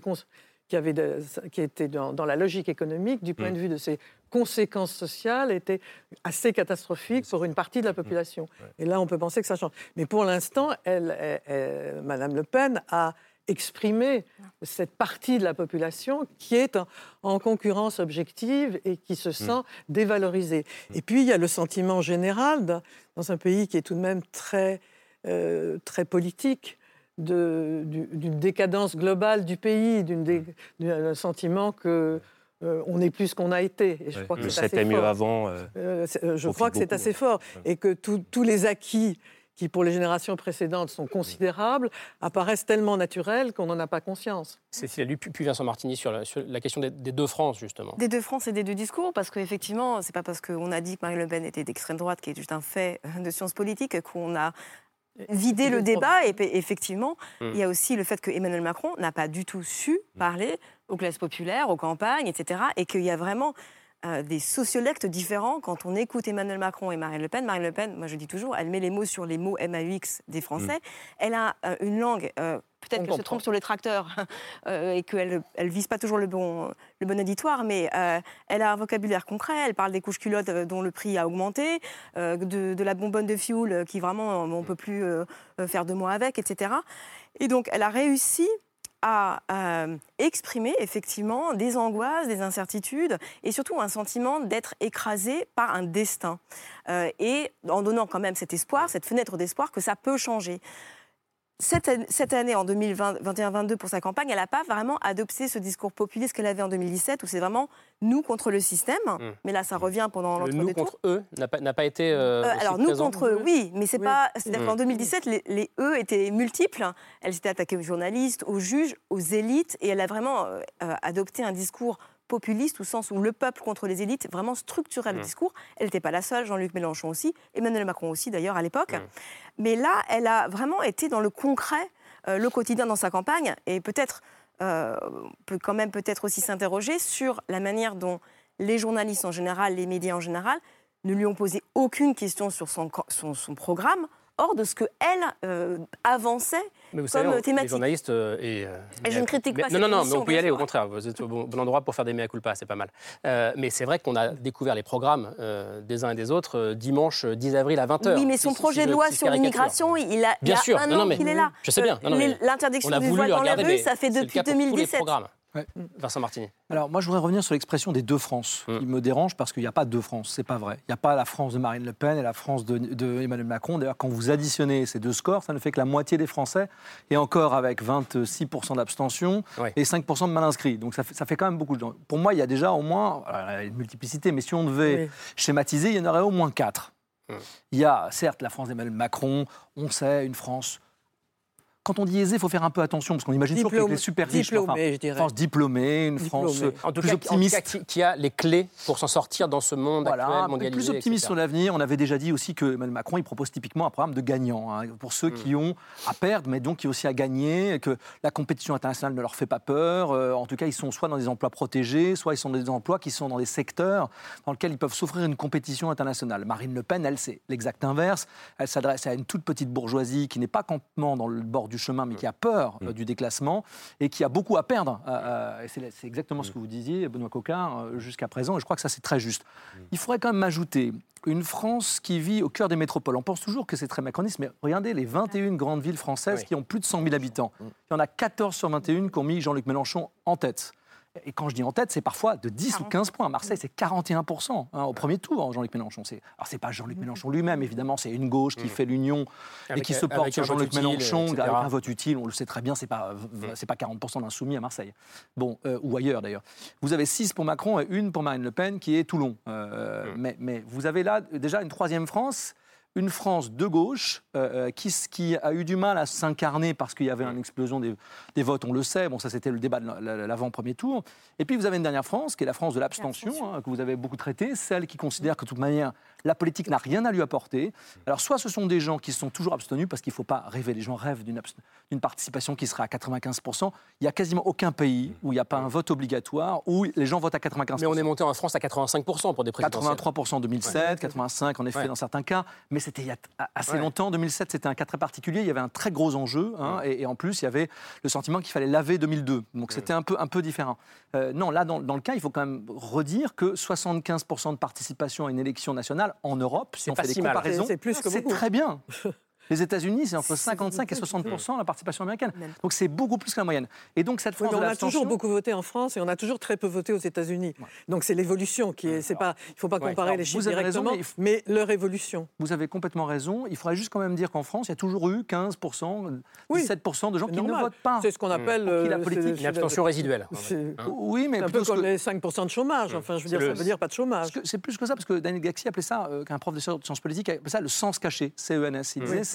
qui était dans la logique économique, du point de vue de ses conséquences sociales, était assez catastrophique pour une partie de la population. Et là, on peut penser que ça change. Mais pour l'instant, Madame Le Pen a exprimer cette partie de la population qui est en concurrence objective et qui se sent dévalorisée. Et puis, il y a le sentiment général, dans un pays qui est tout de même très politique, d'une décadence globale du pays, d'un sentiment que on n'est plus ce qu'on a été. Et je crois que le c'est assez 7 est mieux fort. Avant. Je crois que c'est assez fort. Et que tous les acquis qui, pour les générations précédentes, sont considérables, apparaissent tellement naturels qu'on n'en a pas conscience. Cécile a lu, puis Vincent Martini, sur la question des deux France, justement. Des deux France et des deux discours, parce qu'effectivement, c'est pas parce qu'on a dit que Marine Le Pen était d'extrême droite, qui est juste un fait de sciences politiques, qu'on a vidé le débat. Et effectivement, il y a aussi le fait que Emmanuel Macron n'a pas du tout su parler aux classes populaires, aux campagnes, etc. Et qu'il y a vraiment des sociolectes différents quand on écoute Emmanuel Macron et Marine Le Pen. Marine Le Pen, moi je dis toujours, elle met les mots sur les mots MAUX des Français. Elle a une langue, peut-être qu'elle se trompe sur les tracteurs et qu'elle ne vise pas toujours le bon auditoire, mais elle a un vocabulaire concret, elle parle des couches culottes dont le prix a augmenté, de la bonbonne de fioul qui vraiment on ne peut plus faire 2 mois avec, etc. Et donc elle a réussi à exprimer effectivement des angoisses, des incertitudes et surtout un sentiment d'être écrasé par un destin. Et en donnant quand même cet espoir, cette fenêtre d'espoir que ça peut changer. Cette année, en 2021-22, pour sa campagne, elle n'a pas vraiment adopté ce discours populiste qu'elle avait en 2017, où c'est vraiment nous contre le système. Mais là, ça revient pendant l'entre-deux-tours. Le nous contre eux n'a pas été alors, nous contre eux, oui, mais c'est pas... C'est-à-dire qu'en 2017, les eux étaient multiples. Elle s'était attaquée aux journalistes, aux juges, aux élites, et elle a vraiment adopté un discours populiste, au sens où le peuple contre les élites vraiment structurait le discours. Elle n'était pas la seule, Jean-Luc Mélenchon aussi, Emmanuel Macron aussi d'ailleurs à l'époque. Mais là, elle a vraiment été dans le concret, le quotidien dans sa campagne, et peut-être, on peut quand même peut-être aussi s'interroger sur la manière dont les journalistes en général, les médias en général, ne lui ont posé aucune question sur son programme, hors de ce qu'elle avançait comme thématique. Les journalistes... et je ne critique pas cette Non, mais on peut y aller, au contraire. Vous êtes au bon endroit pour faire des mea culpa, c'est pas mal. Mais c'est vrai qu'on a découvert les programmes des uns et des autres dimanche 10 avril à 20h. Oui, mais son projet de loi sur l'immigration, il a un an qu'il est là. Je sais bien. L'interdiction du voile dans la rue, ça fait depuis 2017. Ouais. Vincent Martini. Alors moi je voudrais revenir sur l'expression des 2 France. Il me dérange parce qu'il n'y a pas 2 France, c'est pas vrai. Il n'y a pas la France de Marine Le Pen et la France de Emmanuel Macron. D'ailleurs quand vous additionnez ces 2 scores, ça ne fait que la moitié des Français, et encore avec 26% d'abstention et 5% de mal inscrits. Donc ça fait quand même beaucoup de gens. Pour moi il y a déjà au moins une multiplicité, mais si on devait schématiser, il y en aurait au moins 4. Il y a certes la France d'Emmanuel Macron, on sait, une France... Quand on dit aisé, il faut faire un peu attention, parce qu'on imagine toujours que les super riches, une France diplômée, une France plus optimiste. Qui a les clés pour s'en sortir dans ce monde actuel, mondialisé, plus optimiste sur l'avenir. On avait déjà dit aussi que Emmanuel Macron, il propose typiquement un programme de gagnant, pour ceux qui ont à perdre, mais donc qui ont aussi à gagner, que la compétition internationale ne leur fait pas peur. En tout cas, ils sont soit dans des emplois protégés, soit ils sont dans des emplois qui sont dans des secteurs dans lesquels ils peuvent s'offrir une compétition internationale. Marine Le Pen, elle, c'est l'exact inverse. Elle s'adresse à une toute petite bourgeoisie qui n'est pas complètement dans le bord du chemin, mais qui a peur du déclassement et qui a beaucoup à perdre. Et c'est exactement ce que vous disiez, Benoît Coquart, jusqu'à présent, et je crois que ça, c'est très juste. Il faudrait quand même ajouter une France qui vit au cœur des métropoles. On pense toujours que c'est très macroniste, mais regardez les 21 grandes villes françaises qui ont plus de 100 000 habitants. Il y en a 14 sur 21 qui ont mis Jean-Luc Mélenchon en tête. Et quand je dis en tête, c'est parfois de 10 ou 15 points. À Marseille, c'est 41% au premier tour, Jean-Luc Mélenchon. Alors, c'est pas Jean-Luc Mélenchon lui-même, évidemment, c'est une gauche qui fait l'union et qui se porte sur Jean-Luc Mélenchon avec un vote utile. On le sait très bien, c'est pas 40% d'insoumis à Marseille. Bon, ou ailleurs d'ailleurs. Vous avez 6 pour Macron et 1 pour Marine Le Pen, qui est Toulon. Mais vous avez là déjà une troisième France. Une France de gauche qui a eu du mal à s'incarner parce qu'il y avait une explosion des votes, on le sait. Bon, ça, c'était le débat de l'avant-premier tour. Et puis, vous avez une dernière France, qui est la France de l'abstention, que vous avez beaucoup traitée, celle qui considère que, de toute manière, la politique n'a rien à lui apporter. Alors, soit ce sont des gens qui se sont toujours abstenus, parce qu'il ne faut pas rêver. Les gens rêvent d'une participation qui serait à 95%. Il n'y a quasiment aucun pays où il n'y a pas un vote obligatoire, où les gens votent à 95%. Mais on est monté en France à 85% pour des présidentielles. 83% en 2007, 85% en effet dans certains cas. Mais c'était il y a assez longtemps. En 2007, c'était un cas très particulier. Il y avait un très gros enjeu. Et en plus, il y avait le sentiment qu'il fallait laver 2002. Donc c'était un peu différent. Non, là, dans le cas, il faut quand même redire que 75% de participation à une élection nationale en Europe, si on fait des comparaisons, c'est très bien. Les États-Unis, c'est entre 55 et 60% la participation américaine. Donc c'est beaucoup plus que la moyenne. Et donc cette France de l'abstention... On a toujours beaucoup voté en France et on a toujours très peu voté aux États-Unis. Ouais. Donc c'est l'évolution qui est... Il ne faut pas comparer les chiffres directement, mais leur évolution. Vous avez complètement raison. Il faudrait juste quand même dire qu'en France, il y a toujours eu 15%, 17% de gens qui ne votent pas. C'est ce qu'on appelle la politique. Une abstention résiduelle. Oui, mais c'est un peu comme les 5% de chômage. Enfin, je veux dire, ça veut dire pas de chômage. C'est plus que ça, parce que Daniel Gaxi appelait ça, qu'un professeur de sciences politiques appelait ça le sens caché, CENS. Il disait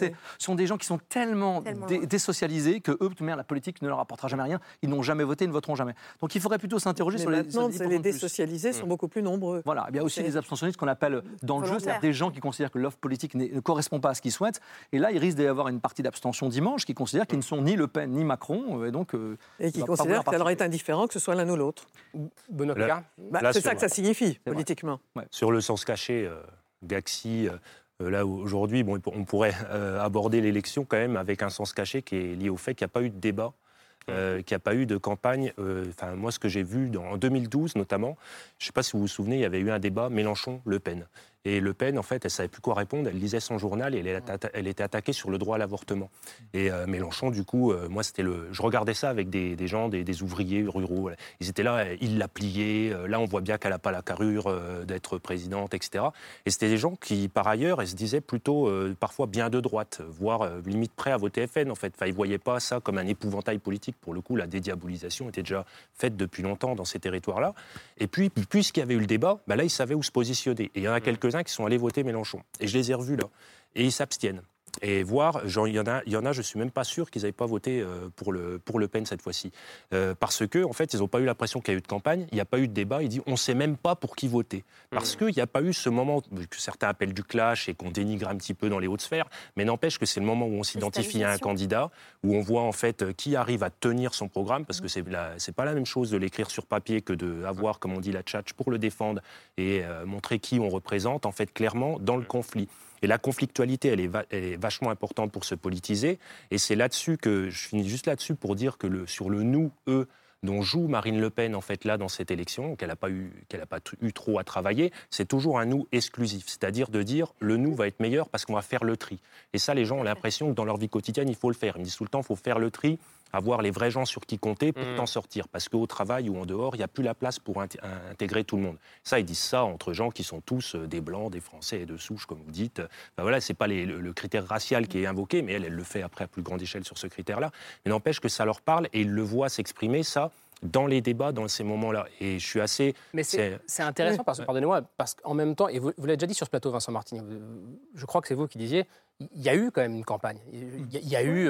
Ce sont des gens qui sont tellement désocialisés que eux, de toute manière, la politique ne leur apportera jamais rien. Ils n'ont jamais voté, ils ne voteront jamais. Donc il faudrait plutôt s'interroger sur les 10% les désocialisés sont beaucoup plus nombreux. Voilà. Il y a aussi des abstentionnistes qu'on appelle dans le jeu, c'est-à-dire des gens qui considèrent que l'offre politique ne correspond pas à ce qu'ils souhaitent. Et là, il risque d'y avoir une partie d'abstention dimanche qui considère qu'ils ne sont ni Le Pen ni Macron. Et qui considèrent que ça leur est indifférent que ce soit l'un ou l'autre. Benoît Picard. C'est ça que ça signifie, politiquement. Ouais. Sur le sens caché, Gaxi, là aujourd'hui, on pourrait aborder l'élection quand même avec un sens caché qui est lié au fait qu'il n'y a pas eu de débat. Qu'il n'y a pas eu de campagne. Moi, ce que j'ai vu en 2012 notamment, je ne sais pas si vous vous souvenez, il y avait eu un débat Mélenchon-Le Pen. Et Le Pen, en fait, elle ne savait plus quoi répondre, elle lisait son journal et elle était attaquée sur le droit à l'avortement. Et Mélenchon, du coup, moi, je regardais ça avec des gens, des ouvriers ruraux. Ils étaient là, il l'a plié, là, on voit bien qu'elle n'a pas la carrure d'être présidente, etc. Et c'était des gens qui, par ailleurs, ils se disaient plutôt, parfois, bien de droite, voire limite prêts à voter FN, en fait. Enfin, ils ne voyaient pas ça comme un épouvantail politique. Pour le coup, la dédiabolisation était déjà faite depuis longtemps dans ces territoires-là. Et puis, puisqu'il y avait eu le débat, là, ils savaient où se positionner. Et il y en a quelques-uns qui sont allés voter Mélenchon. Et je les ai revus là. Et ils s'abstiennent. Et voir, il y en a, je ne suis même pas sûr qu'ils n'avaient pas voté pour Le Pen cette fois-ci. Parce que, en fait, ils n'ont pas eu l'impression qu'il y a eu de campagne, il n'y a pas eu de débat, ils disent on ne sait même pas pour qui voter. Parce qu'il n'y a pas eu ce moment que certains appellent du clash et qu'on dénigre un petit peu dans les hautes sphères, mais n'empêche que c'est le moment où on s'identifie à un candidat, où on voit en fait qui arrive à tenir son programme, parce que c'est pas la même chose de l'écrire sur papier que d'avoir, comme on dit, la tchatche pour le défendre et montrer qui on représente, en fait, clairement, dans le conflit. Et la conflictualité, elle est vachement importante pour se politiser. Et c'est là-dessus que je finis juste là-dessus pour dire que sur le nous, eux, dont joue Marine Le Pen en fait là dans cette élection, qu'elle n'a pas eu trop à travailler, c'est toujours un nous exclusif. C'est-à-dire de dire le nous va être meilleur parce qu'on va faire le tri. Et ça, les gens ont l'impression que dans leur vie quotidienne, il faut le faire. Ils me disent tout le temps, il faut faire le tri, avoir les vrais gens sur qui compter pour t'en sortir. Parce qu'au travail ou en dehors, il n'y a plus la place pour intégrer tout le monde. Ça, ils disent ça entre gens qui sont tous des Blancs, des Français et de souche, comme vous dites. Voilà, ce n'est pas le critère racial qui est invoqué, mais elle le fait après à plus grande échelle sur ce critère-là. Mais n'empêche que ça leur parle et ils le voient s'exprimer, ça, dans les débats, dans ces moments-là. Et je suis assez... Mais c'est intéressant, pardonnez-moi, parce qu'en même temps, et vous l'avez déjà dit sur ce plateau, Vincent Martini, je crois que c'est vous qui disiez, il y a eu quand même une campagne. Il y a eu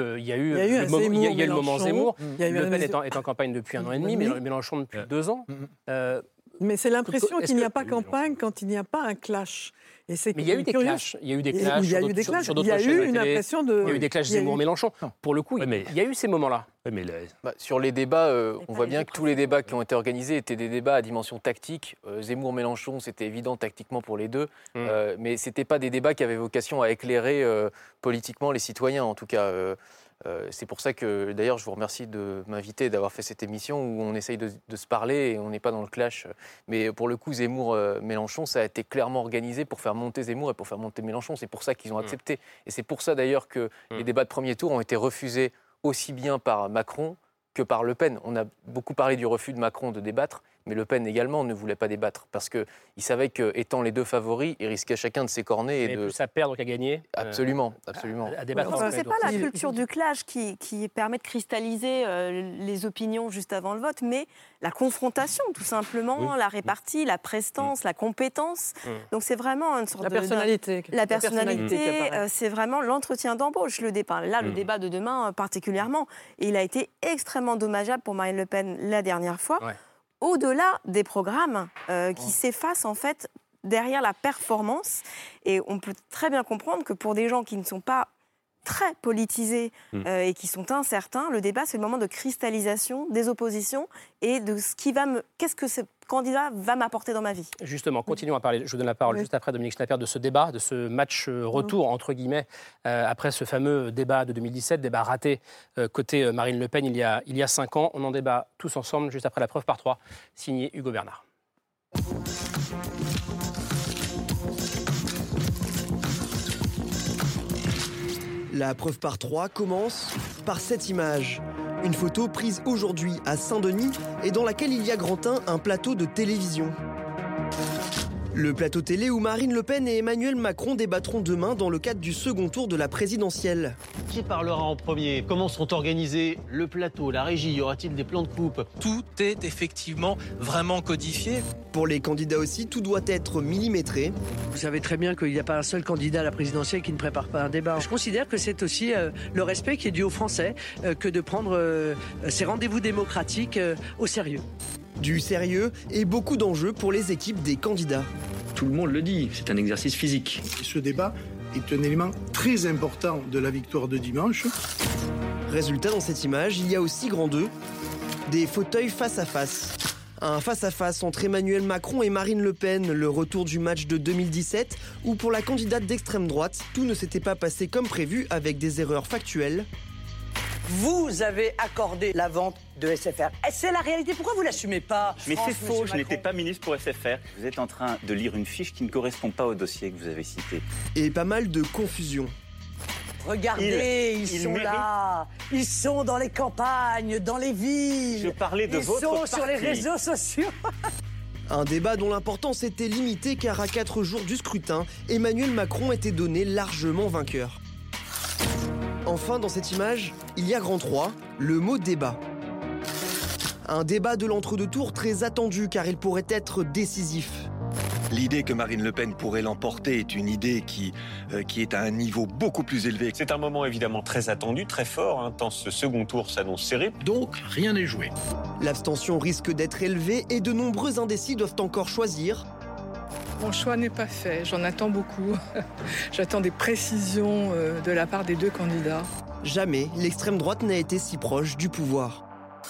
le moment Zemmour. Le Pen est en campagne depuis 1 an et demi, Mélenchon depuis 2 ans. Mais c'est l'impression qu'il n'y a pas campagne quand il n'y a pas un clash. Mais il y a eu des clashs. Il y a eu des clashs sur d'autres chaînes de télé. Il y a eu des clashs Zemmour-Mélenchon. Pour le coup, il y a eu ces moments-là. Sur les débats, on voit bien que tous les débats qui ont été organisés étaient des débats à dimension tactique. Zemmour-Mélenchon, c'était évident tactiquement pour les deux. Mais ce n'étaient pas des débats qui avaient vocation à éclairer politiquement les citoyens, en tout cas. C'est pour ça que, d'ailleurs, je vous remercie de m'inviter, d'avoir fait cette émission où on essaye de se parler et on n'est pas dans le clash. Mais pour le coup, Zemmour-Mélenchon, ça a été clairement organisé pour faire monter Zemmour et pour faire monter Mélenchon. C'est pour ça qu'ils ont accepté. Et c'est pour ça, d'ailleurs, que les débats de premier tour ont été refusés aussi bien par Macron que par Le Pen. On a beaucoup parlé du refus de Macron de débattre, mais Le Pen également ne voulait pas débattre parce qu'il savait qu'étant les deux favoris, ils risquaient chacun de s'écorner. Mais plus à perdre qu'à gagner. Absolument. À débattre. Ce n'est pas la culture du clash qui permet de cristalliser les opinions juste avant le vote, mais la confrontation, tout simplement, la répartie, la prestance, la compétence. Donc c'est vraiment une sorte de... personnalité. La personnalité, c'est vraiment l'entretien d'embauche, le débat. Là, le débat de demain particulièrement. Et il a été extrêmement dommageable pour Marine Le Pen la dernière fois. Ouais. Au-delà des programmes qui s'effacent en fait derrière la performance. Et on peut très bien comprendre que pour des gens qui ne sont pas très politisés et qui sont incertains, le débat, c'est le moment de cristallisation des oppositions et de qu'est-ce que ce candidat va m'apporter dans ma vie. Justement, continuons à parler. Je vous donne la parole juste après, Dominique Schnapper, de ce débat, de ce match retour, entre guillemets, après ce fameux débat de 2017, débat raté côté Marine Le Pen il y a 5 ans. On en débat tous ensemble, juste après la preuve par 3, signé Hugo Bernard. La preuve par 3 commence par cette image. Une photo prise aujourd'hui à Saint-Denis et dans laquelle il y a grand un plateau de télévision. Le plateau télé où Marine Le Pen et Emmanuel Macron débattront demain dans le cadre du second tour de la présidentielle. Qui parlera en premier? Comment seront organisés le plateau, la régie? Y aura-t-il des plans de coupe? Tout est effectivement vraiment codifié. Pour les candidats aussi, tout doit être millimétré. Vous savez très bien qu'il n'y a pas un seul candidat à la présidentielle qui ne prépare pas un débat. Je considère que c'est aussi le respect qui est dû aux Français que de prendre ces rendez-vous démocratiques au sérieux. Du sérieux et beaucoup d'enjeux pour les équipes des candidats. Tout le monde le dit, c'est un exercice physique. Et ce débat est un élément très important de la victoire de dimanche. Résultat, dans cette image, il y a aussi grand 2, des fauteuils face à face. Un face-à-face entre Emmanuel Macron et Marine Le Pen, le retour du match de 2017, où pour la candidate d'extrême droite, tout ne s'était pas passé comme prévu avec des erreurs factuelles. Vous avez accordé la vente de SFR. C'est la réalité, pourquoi vous ne l'assumez pas? Mais c'est faux, je n'étais pas ministre pour SFR. Vous êtes en train de lire une fiche qui ne correspond pas au dossier que vous avez cité. Et pas mal de confusion. Regardez, ils sont là, ils sont dans les campagnes, dans les villes. Je parlais de votre parti. Ils sont sur les réseaux sociaux. Un débat dont l'importance était limitée car à 4 jours du scrutin, Emmanuel Macron était donné largement vainqueur. Enfin, dans cette image, il y a grand 3, le mot débat. Un débat de l'entre-deux tours très attendu car il pourrait être décisif. L'idée que Marine Le Pen pourrait l'emporter est une idée qui est à un niveau beaucoup plus élevé. C'est un moment évidemment très attendu, très fort, tant ce second tour s'annonce serré. Donc, rien n'est joué. L'abstention risque d'être élevée et de nombreux indécis doivent encore choisir. Mon choix n'est pas fait, j'en attends beaucoup. J'attends des précisions de la part des deux candidats. Jamais l'extrême droite n'a été si proche du pouvoir.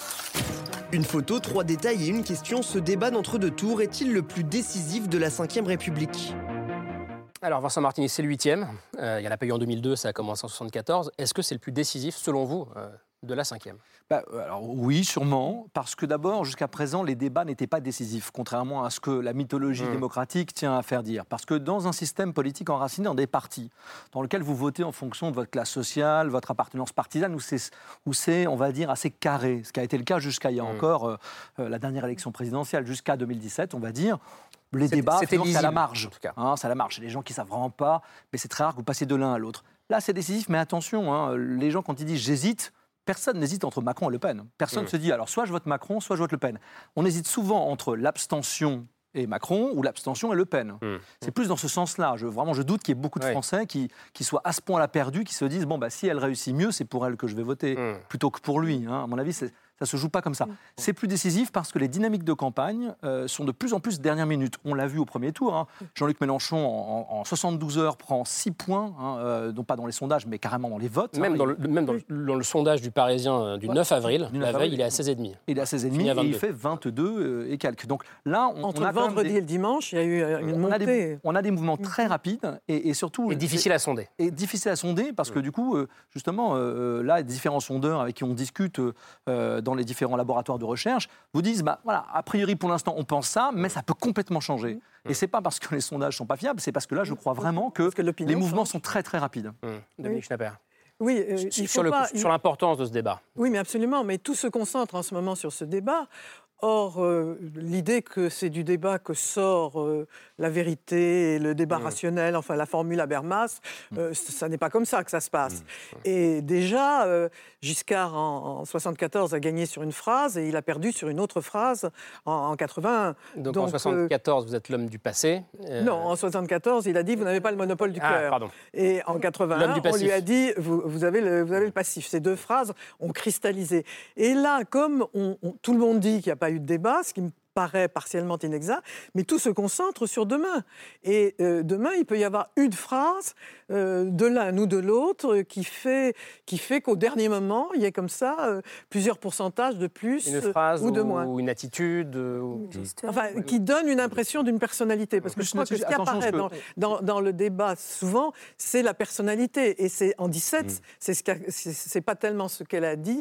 Une photo, 3 détails et une question, ce débat d'entre-deux tours est-il le plus décisif de la Ve République? Alors Vincent Martinez, c'est le 8e. Il n'y en a pas eu en 2002, ça a commencé en 1974. Est-ce que c'est le plus décisif, selon vous, de la 5e? Alors oui, sûrement, parce que d'abord, jusqu'à présent, les débats n'étaient pas décisifs, contrairement à ce que la mythologie démocratique tient à faire dire. Parce que dans un système politique enraciné dans des partis, dans lequel vous votez en fonction de votre classe sociale, votre appartenance partisane, où c'est, on va dire, assez carré, ce qui a été le cas jusqu'à il y a encore la dernière élection présidentielle, jusqu'à 2017, on va dire. Les débats, c'est à la marge. En tout cas. C'est à la marge. C'est les gens qui ne savent vraiment pas, mais c'est très rare que vous passiez de l'un à l'autre. Là, c'est décisif, mais attention, les gens, quand ils disent « j'hésite », personne n'hésite entre Macron et Le Pen. Personne ne se dit alors soit je vote Macron, soit je vote Le Pen. On hésite souvent entre l'abstention et Macron ou l'abstention et Le Pen. C'est plus dans ce sens-là. Je doute qu'il y ait beaucoup de Français qui soient à ce point-là perdus, qui se disent bon, si elle réussit mieux, c'est pour elle que je vais voter, plutôt que pour lui. À mon avis, ça ne se joue pas comme ça. C'est plus décisif parce que les dynamiques de campagne sont de plus en plus dernière minute. On l'a vu au premier tour. Jean-Luc Mélenchon, en 72 heures, prend 6 points, non pas dans les sondages, mais carrément dans les votes. Même dans le sondage du Parisien du 9 avril, la veille, il est à 16,5. Il est à 16,5 et il fait 22 et quelques. Donc là, entre le vendredi et le dimanche, il y a eu une montée. On a des mouvements très rapides et surtout... Et difficiles à sonder. Et difficiles à sonder parce que du coup, justement, là, les différents sondeurs avec qui on discute dans les différents laboratoires de recherche vous disent, voilà, a priori pour l'instant on pense ça, mais ça peut complètement changer. Et c'est pas parce que les sondages sont pas fiables, c'est parce que là je crois vraiment que les mouvements sont très très rapides. Dominique Schnapper. Oui, sur l'importance de ce débat. Oui, mais absolument. Mais tout se concentre en ce moment sur ce débat. Or, l'idée que c'est du débat que sort la vérité et le débat rationnel, enfin la formule Habermas, ça n'est pas comme ça que ça se passe. Et déjà, Giscard, en 1974, a gagné sur une phrase et il a perdu sur une autre phrase en 1981. Donc en 1974, vous êtes l'homme du passé Non, en 1974, il a dit « vous n'avez pas le monopole du cœur ». Pardon. Et en 1981, on lui a dit « vous avez le passif ». Ces deux phrases ont cristallisé. Et là, comme tout le monde dit qu'il n'y a pas eu de débat, ce qui me paraît partiellement inexact, mais tout se concentre sur demain. Et demain, il peut y avoir une phrase de l'un ou de l'autre qui fait qu'au dernier moment, il y ait comme ça plusieurs pourcentages de plus une phrase ou de moins. Ou une attitude. Enfin, qui donne une impression d'une personnalité. Parce que je crois que ce qui apparaît dans le débat, souvent, c'est la personnalité. Et c'est en 17, c'est pas tellement ce qu'elle a dit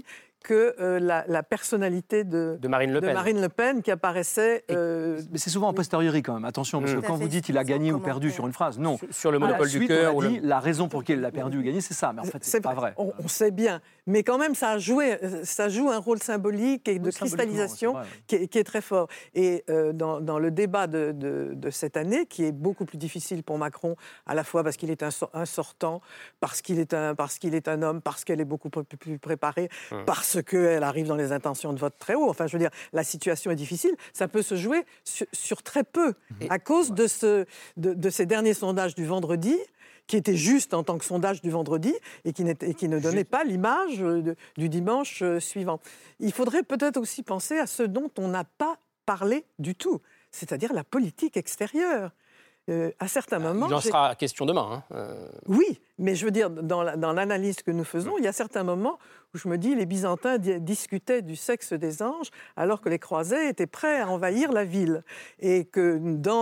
que la personnalité de Marine Le Pen qui apparaissait... Mais c'est souvent a posteriori quand même, attention, parce que quand vous dites il a gagné ou perdu sur une phrase, non. Sur le monopole du cœur. On a dit la raison pour laquelle il a perdu ou gagné, c'est ça, mais en fait, c'est pas vrai. On sait bien, mais quand même, ça joue un rôle symbolique et de cristallisation qui est très fort. Et dans le débat de cette année, qui est beaucoup plus difficile pour Macron, à la fois parce qu'il est un sortant, parce qu'il est un homme, parce qu'elle est beaucoup plus préparée, parce qu'elle arrive dans les intentions de vote très haut. Enfin, je veux dire, la situation est difficile. Ça peut se jouer sur très peu, à cause de ces derniers sondages du vendredi, qui étaient justes en tant que sondage du vendredi et qui ne donnaient pas l'image du dimanche suivant. Il faudrait peut-être aussi penser à ce dont on n'a pas parlé du tout, c'est-à-dire la politique extérieure. À certains moments... Il en sera question demain. Oui, mais je veux dire, dans l'analyse que nous faisons, il y a certains moments où je me dis les Byzantins discutaient du sexe des anges alors que les croisés étaient prêts à envahir la ville. Et que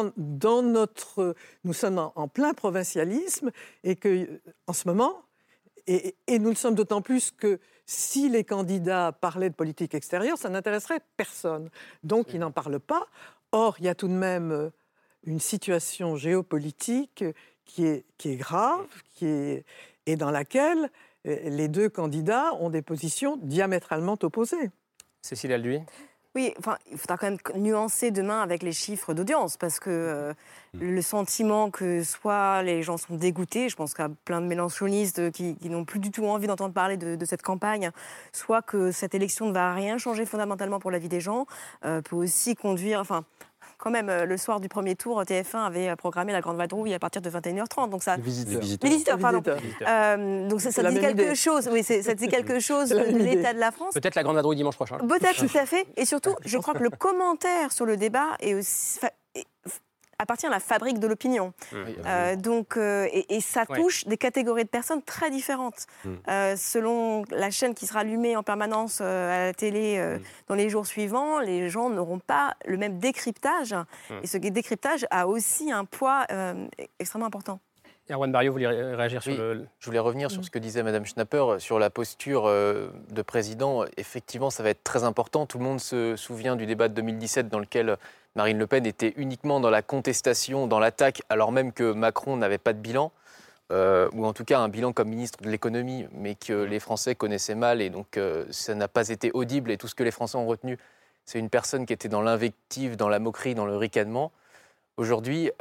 nous sommes en plein provincialisme et qu'en ce moment, et nous le sommes d'autant plus que si les candidats parlaient de politique extérieure, ça n'intéresserait personne. Donc ils n'en parlent pas. Or, il y a tout de même... une situation géopolitique qui est grave et dans laquelle les deux candidats ont des positions diamétralement opposées. Cécile Alduy. Oui, enfin, il faudra quand même nuancer demain avec les chiffres d'audience, parce que le sentiment que soit les gens sont dégoûtés, je pense qu'il y a plein de mélenchonistes qui n'ont plus du tout envie d'entendre parler de cette campagne, soit que cette élection ne va rien changer fondamentalement pour la vie des gens, peut aussi conduire... Quand même, le soir du premier tour, TF1 avait programmé la Grande Vadrouille à partir de 21h30. Donc ça... Les visiteurs, pardon. Donc ça dit quelque chose. Oui, ça dit quelque chose de l'état de la France. Peut-être la Grande Vadrouille dimanche prochain. Peut-être, tout à fait. Et surtout, je crois que le commentaire sur le débat est aussi... appartient à la fabrique de l'opinion. Et ça touche des catégories de personnes très différentes. Selon la chaîne qui sera allumée en permanence à la télé dans les jours suivants, les gens n'auront pas le même décryptage. Et ce décryptage a aussi un poids extrêmement important. Erwan Barrio, vous voulez réagir sur le... Je voulais revenir sur ce que disait Mme Schnapper, sur la posture de président. Effectivement, ça va être très important. Tout le monde se souvient du débat de 2017 dans lequel Marine Le Pen était uniquement dans la contestation, dans l'attaque, alors même que Macron n'avait pas de bilan, ou en tout cas un bilan comme ministre de l'économie, mais que les Français connaissaient mal, et donc ça n'a pas été audible, et tout ce que les Français ont retenu, c'est une personne qui était dans l'invective, dans la moquerie, dans le ricanement. Aujourd'hui,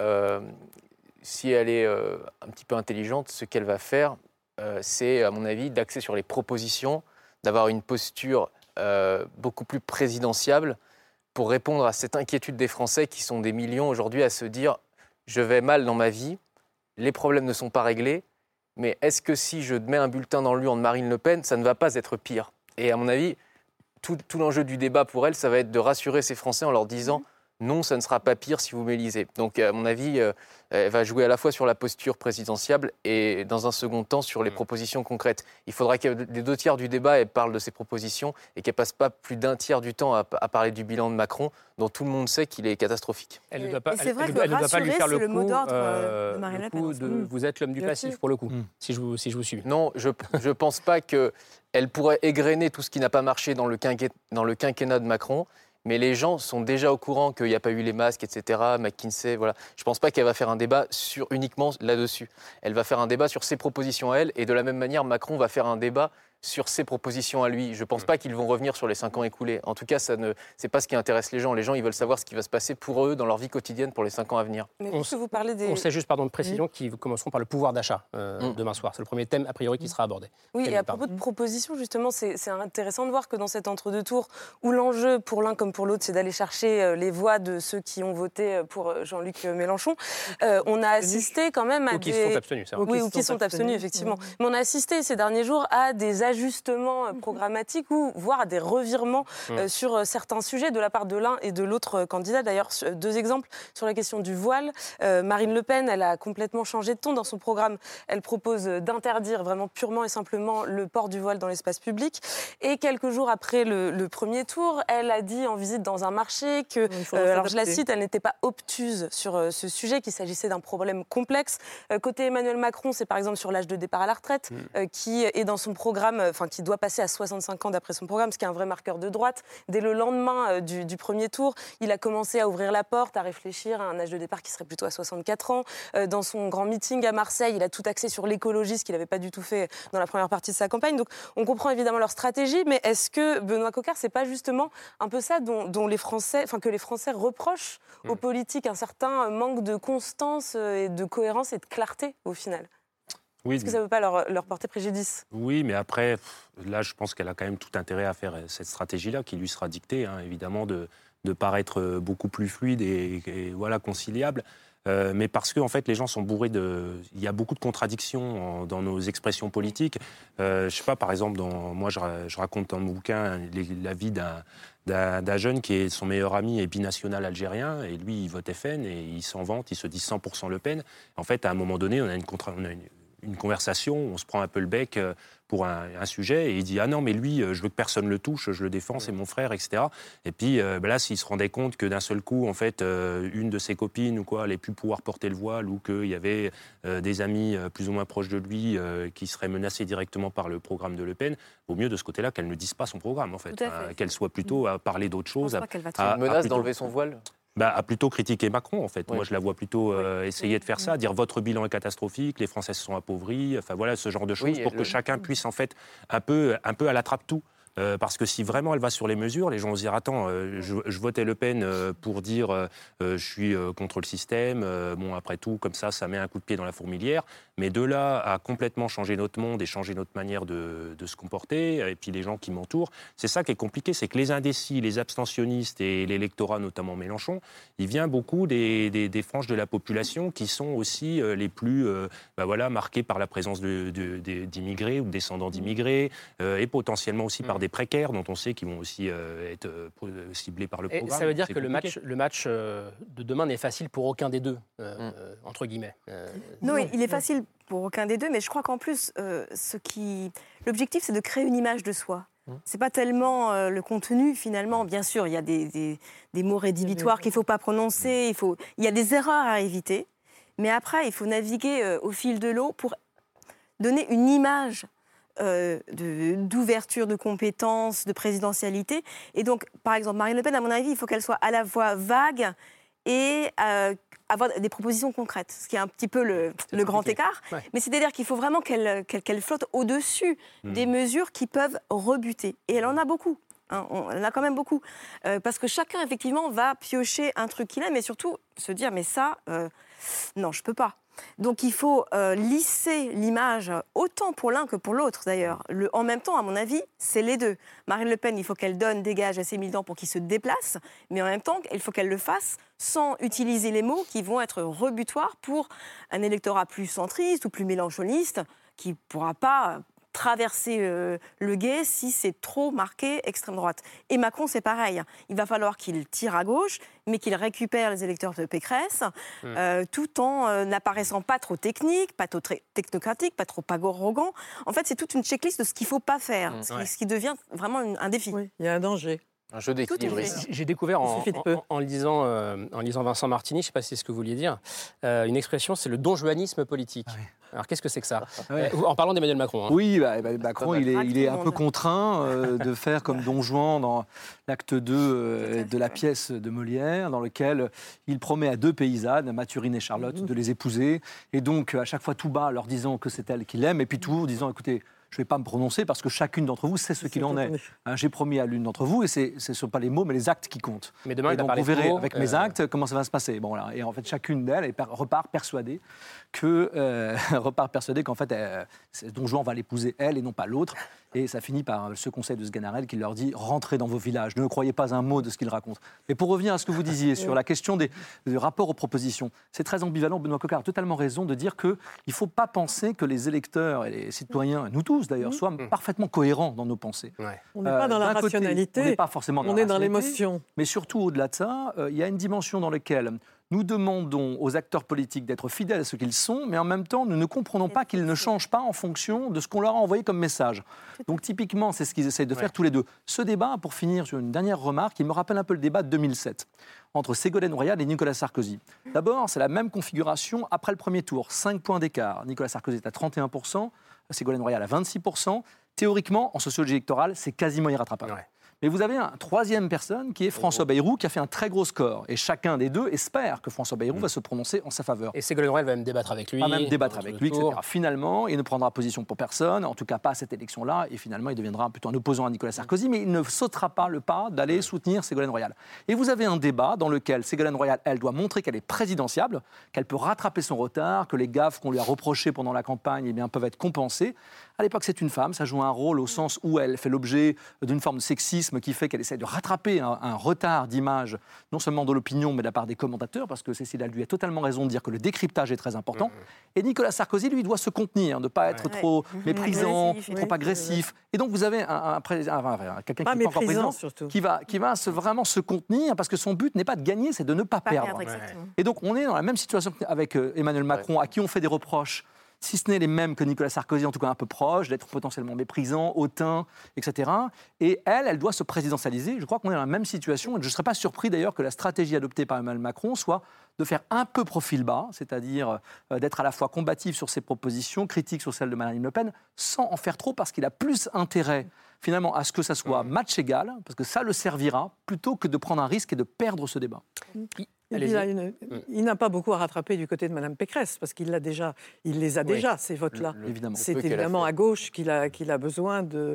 si elle est un petit peu intelligente, ce qu'elle va faire, c'est, à mon avis, d'axer sur les propositions, d'avoir une posture beaucoup plus présidentiable, pour répondre à cette inquiétude des Français qui sont des millions aujourd'hui à se dire « je vais mal dans ma vie, les problèmes ne sont pas réglés, mais est-ce que si je mets un bulletin dans l'urne Marine Le Pen, ça ne va pas être pire ?» Et à mon avis, tout l'enjeu du débat pour elle, ça va être de rassurer ces Français en leur disant « non, ça ne sera pas pire si vous m'élisez ». Donc à mon avis, elle va jouer à la fois sur la posture présidentielle et dans un second temps sur les propositions concrètes. Il faudra que les 2 tiers du débat elle parle de ces propositions et qu'elle ne passe pas plus d'1 tiers du temps à parler du bilan de Macron, dont tout le monde sait qu'il est catastrophique. Elle ne doit pas lui faire le mot d'ordre de Marine Le Pen. Vous êtes l'homme du passif pour le coup, si je vous suis. Non, je ne pense pas qu'elle pourrait égrener tout ce qui n'a pas marché dans le quinquennat de Macron. Mais les gens sont déjà au courant qu'il n'y a pas eu les masques, etc., McKinsey, voilà. Je ne pense pas qu'elle va faire un débat uniquement là-dessus. Elle va faire un débat sur ses propositions à elle, et de la même manière, Macron va faire un débat sur ses propositions à lui. Je ne pense pas qu'ils vont revenir sur les 5 ans écoulés. En tout cas, ce n'est pas ce qui intéresse les gens. Les gens, ils veulent savoir ce qui va se passer pour eux dans leur vie quotidienne pour les 5 ans à venir. Mais on sait juste, de précision, qu'ils commenceront par le pouvoir d'achat demain soir. C'est le premier thème, a priori, qui sera abordé. Oui, et à propos de propositions, justement, c'est intéressant de voir que dans cet entre-deux-tours, où l'enjeu, pour l'un comme pour l'autre, c'est d'aller chercher les voix de ceux qui ont voté pour Jean-Luc Mélenchon, on a assisté quand même à qui se sont abstenus, ça. Oui, ou qui sont abstenus, effectivement. Mais on a assisté ces derniers jours à des ajustements programmatiques ou voire à des revirements sur certains sujets de la part de l'un et de l'autre candidat. D'ailleurs, 2 exemples sur la question du voile. Marine Le Pen, elle a complètement changé de ton dans son programme. Elle propose d'interdire vraiment purement et simplement le port du voile dans l'espace public. Et quelques jours après le premier tour, elle a dit en visite dans un marché que, alors je la cite, elle n'était pas obtuse sur ce sujet, qu'il s'agissait d'un problème complexe. Côté Emmanuel Macron, c'est par exemple sur l'âge de départ à la retraite, qui est dans son programme qui doit passer à 65 ans d'après son programme, ce qui est un vrai marqueur de droite. Dès le lendemain du premier tour, il a commencé à ouvrir la porte, à réfléchir à un âge de départ qui serait plutôt à 64 ans. Dans son grand meeting à Marseille, il a tout axé sur l'écologie, ce qu'il n'avait pas du tout fait dans la première partie de sa campagne. Donc on comprend évidemment leur stratégie, mais est-ce que Benoît Coquart, c'est pas justement un peu ça que les Français reprochent aux politiques, un certain manque de constance et de cohérence et de clarté au final? Oui, est-ce que ça ne peut pas leur porter préjudice? Oui, mais après, là, je pense qu'elle a quand même tout intérêt à faire cette stratégie-là, qui lui sera dictée, évidemment, de paraître beaucoup plus fluide et voilà, conciliable. Mais parce que en fait, les gens sont bourrés il y a beaucoup de contradictions dans nos expressions politiques. Je sais pas, par exemple, moi, je raconte dans mon bouquin la vie d'un jeune qui est son meilleur ami est binational algérien, et lui, il vote FN, et il s'en vante, il se dit 100% Le Pen. En fait, à un moment donné, on a une conversation, on se prend un peu le bec pour un sujet, et il dit « Ah non, mais lui, je veux que personne le touche, je le défends, c'est mon frère, etc. » Et puis là, s'il se rendait compte que d'un seul coup, en fait, une de ses copines ou quoi allait plus pouvoir porter le voile, ou qu'il y avait des amis plus ou moins proches de lui qui seraient menacés directement par le programme de Le Pen, vaut mieux de ce côté-là qu'elle ne dise pas son programme, en fait. Qu'elle soit plutôt à parler d'autre chose. Une menace d'enlever son voile ? À plutôt critiquer Macron, en fait. Oui. Moi, je la vois plutôt essayer de faire ça, dire votre bilan est catastrophique, les Français se sont appauvris, enfin voilà, ce genre de choses, pour que chacun puisse, en fait, un peu à la trappe-tout. Parce que si vraiment elle va sur les mesures, les gens vont se dire attends, je votais Le Pen pour dire je suis contre le système, bon après tout, comme ça met un coup de pied dans la fourmilière, mais de là à complètement changer notre monde et changer notre manière de se comporter, et puis les gens qui m'entourent, c'est ça qui est compliqué, c'est que les indécis, les abstentionnistes et l'électorat, notamment Mélenchon, il vient beaucoup des franges de la population qui sont aussi les plus marquées par la présence d'immigrés ou de descendants d'immigrés, et potentiellement aussi par des précaires dont on sait qu'ils vont aussi être ciblés par le programme. Et ça veut dire que le match de demain n'est facile pour aucun des deux, entre guillemets. Non, il est facile pour aucun des deux, mais je crois qu'en plus, l'objectif, c'est de créer une image de soi. C'est pas tellement le contenu, finalement. Bien sûr, il y a des mots rédhibitoires qu'il ne faut pas prononcer, il y a des erreurs à éviter, mais après, il faut naviguer au fil de l'eau pour donner une image d'ouverture de compétences, de présidentialité. Et donc, par exemple, Marine Le Pen, à mon avis, il faut qu'elle soit à la fois vague et avoir des propositions concrètes, ce qui est un petit peu le grand écart. Ouais. Mais c'est-à-dire qu'il faut vraiment qu'elle flotte au-dessus des mesures qui peuvent rebuter. Et elle en a beaucoup. Elle en a quand même beaucoup. Parce que chacun, effectivement, va piocher un truc qu'il aime, mais surtout se dire, mais ça, non, je ne peux pas. Donc il faut lisser l'image, autant pour l'un que pour l'autre d'ailleurs. En même temps, à mon avis, c'est les deux. Marine Le Pen, il faut qu'elle donne des gages à ses militants pour qu'ils se déplacent, mais en même temps, il faut qu'elle le fasse sans utiliser les mots qui vont être rebutoires pour un électorat plus centriste ou plus mélenchoniste qui ne pourra pas traverser le gué si c'est trop marqué extrême droite. Et Macron, c'est pareil. Il va falloir qu'il tire à gauche, mais qu'il récupère les électeurs de Pécresse, tout en n'apparaissant pas trop technique, pas trop technocratique, pas trop arrogant. En fait, c'est toute une checklist de ce qu'il ne faut pas faire, ce qui devient vraiment un défi. Oui, il y a un danger. Un jeu d'équilibre. J'ai découvert en lisant Vincent Martini, je ne sais pas si c'est ce que vous vouliez dire, une expression, c'est le donjouanisme politique. Ah oui. Alors qu'est-ce que c'est que ça En parlant d'Emmanuel Macron. Oui, Macron, il est un peu contraint de faire comme Don Juan dans l'acte 2 de la pièce de Molière, dans lequel il promet à deux paysannes, Mathurine et Charlotte, de les épouser. Et donc, à chaque fois tout bas, leur disant que c'est elle qu'il aime, et puis tout haut, disant, écoutez, je ne vais pas me prononcer parce que chacune d'entre vous sait ce qu'il en est. J'ai promis à l'une d'entre vous, et ce ne sont pas les mots, mais les actes qui comptent. Mais demain, et donc, vous verrez avec mes actes comment ça va se passer. Bon, voilà. Et en fait, chacune d'elles repart persuadée qu'en fait, Don Juan va l'épouser elle et non pas l'autre. Et ça finit par ce conseil de Sganarelle qui leur dit « Rentrez dans vos villages, ne croyez pas un mot de ce qu'il raconte ». Mais pour revenir à ce que vous disiez sur la question des rapports aux propositions, c'est très ambivalent. Benoît Coquart a totalement raison de dire qu'il ne faut pas penser que les électeurs et les citoyens, nous tous d'ailleurs, soient parfaitement cohérents dans nos pensées. Ouais. On n'est pas dans la rationalité, on n'est pas forcément on est dans l'émotion. Mais surtout, au-delà de ça, il y a une dimension dans laquelle Nous demandons aux acteurs politiques d'être fidèles à ce qu'ils sont, mais en même temps, nous ne comprenons pas qu'ils ne changent pas en fonction de ce qu'on leur a envoyé comme message. Donc typiquement, c'est ce qu'ils essayent de faire tous les deux. Ce débat, pour finir sur une dernière remarque, il me rappelle un peu le débat de 2007 entre Ségolène Royal et Nicolas Sarkozy. D'abord, c'est la même configuration après le premier tour, 5 points d'écart. Nicolas Sarkozy est à 31%, Ségolène Royal à 26%. Théoriquement, en sociologie électorale, c'est quasiment irrattrapable. Mais vous avez une troisième personne qui est François Bayrou, qui a fait un très gros score. Et chacun des deux espère que François Bayrou va se prononcer en sa faveur. Et Ségolène Royal va même débattre avec lui. Va même débattre avec lui, etc. Finalement, il ne prendra position pour personne, en tout cas pas à cette élection-là. Et finalement, il deviendra plutôt un opposant à Nicolas Sarkozy. Mais il ne sautera pas le pas d'aller soutenir Ségolène Royal. Et vous avez un débat dans lequel Ségolène Royal, elle, doit montrer qu'elle est présidentiable, qu'elle peut rattraper son retard, que les gaffes qu'on lui a reprochées pendant la campagne eh bien, peuvent être compensées. À l'époque, c'est une femme, ça joue un rôle au sens où elle fait l'objet d'une forme de sexisme qui fait qu'elle essaie de rattraper un retard d'image, non seulement de l'opinion, mais de la part des commentateurs, parce que Cécile lui a totalement raison de dire que le décryptage est très important. Et Nicolas Sarkozy, lui, doit se contenir, ne pas être trop méprisant, trop agressif. Et donc, vous avez quelqu'un qui n'est pas encore président, qui va vraiment se contenir, parce que son but n'est pas de gagner, c'est de ne pas perdre. Et donc, on est dans la même situation qu'avec Emmanuel Macron, à qui on fait des reproches, si ce n'est les mêmes que Nicolas Sarkozy, en tout cas un peu proche, d'être potentiellement méprisant, hautain, etc. Et elle doit se présidentialiser. Je crois qu'on est dans la même situation. Et je ne serais pas surpris d'ailleurs que la stratégie adoptée par Emmanuel Macron soit de faire un peu profil bas, c'est-à-dire d'être à la fois combatif sur ses propositions, critique sur celles de Marine Le Pen, sans en faire trop, parce qu'il a plus intérêt finalement à ce que ça soit match égal, parce que ça le servira, plutôt que de prendre un risque et de perdre ce débat. Et puis il n'a pas beaucoup à rattraper du côté de Mme Pécresse, parce qu'il les a déjà, ces votes-là. C'est évidemment à gauche qu'il a besoin de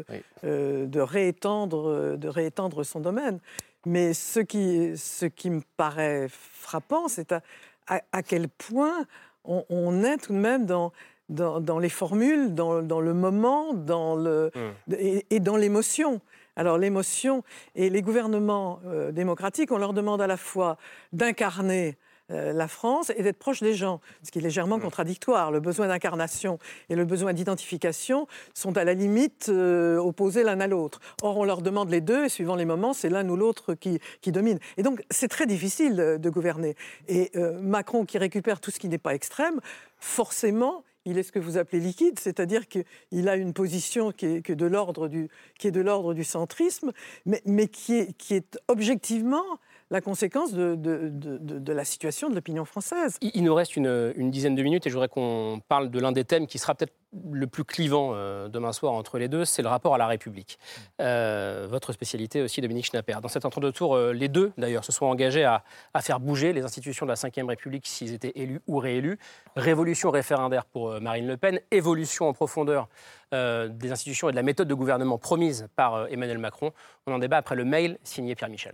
réétendre son domaine. Mais ce qui me paraît frappant, c'est à quel point on est tout de même dans les formules, dans le moment, et dans l'émotion. Alors l'émotion, et les gouvernements démocratiques, on leur demande à la fois d'incarner la France et d'être proche des gens, ce qui est légèrement contradictoire. Le besoin d'incarnation et le besoin d'identification sont à la limite opposés l'un à l'autre. Or, on leur demande les deux, et suivant les moments, c'est l'un ou l'autre qui domine. Et donc, c'est très difficile de gouverner. Et Macron, qui récupère tout ce qui n'est pas extrême, forcément, il est ce que vous appelez liquide, c'est-à-dire qu'il a une position qui est de l'ordre du centrisme, mais qui est objectivement la conséquence de la situation de l'opinion française. Il nous reste une dizaine de minutes et je voudrais qu'on parle de l'un des thèmes qui sera peut-être le plus clivant demain soir entre les deux, c'est le rapport à la République. Votre spécialité aussi, Dominique Schnapper. Dans cet entre-deux tours, les deux, d'ailleurs, se sont engagés à faire bouger les institutions de la Ve République s'ils étaient élus ou réélus. Révolution référendaire pour Marine Le Pen, évolution en profondeur des institutions et de la méthode de gouvernement promise par Emmanuel Macron. On en débat après le mail signé Pierre Michel.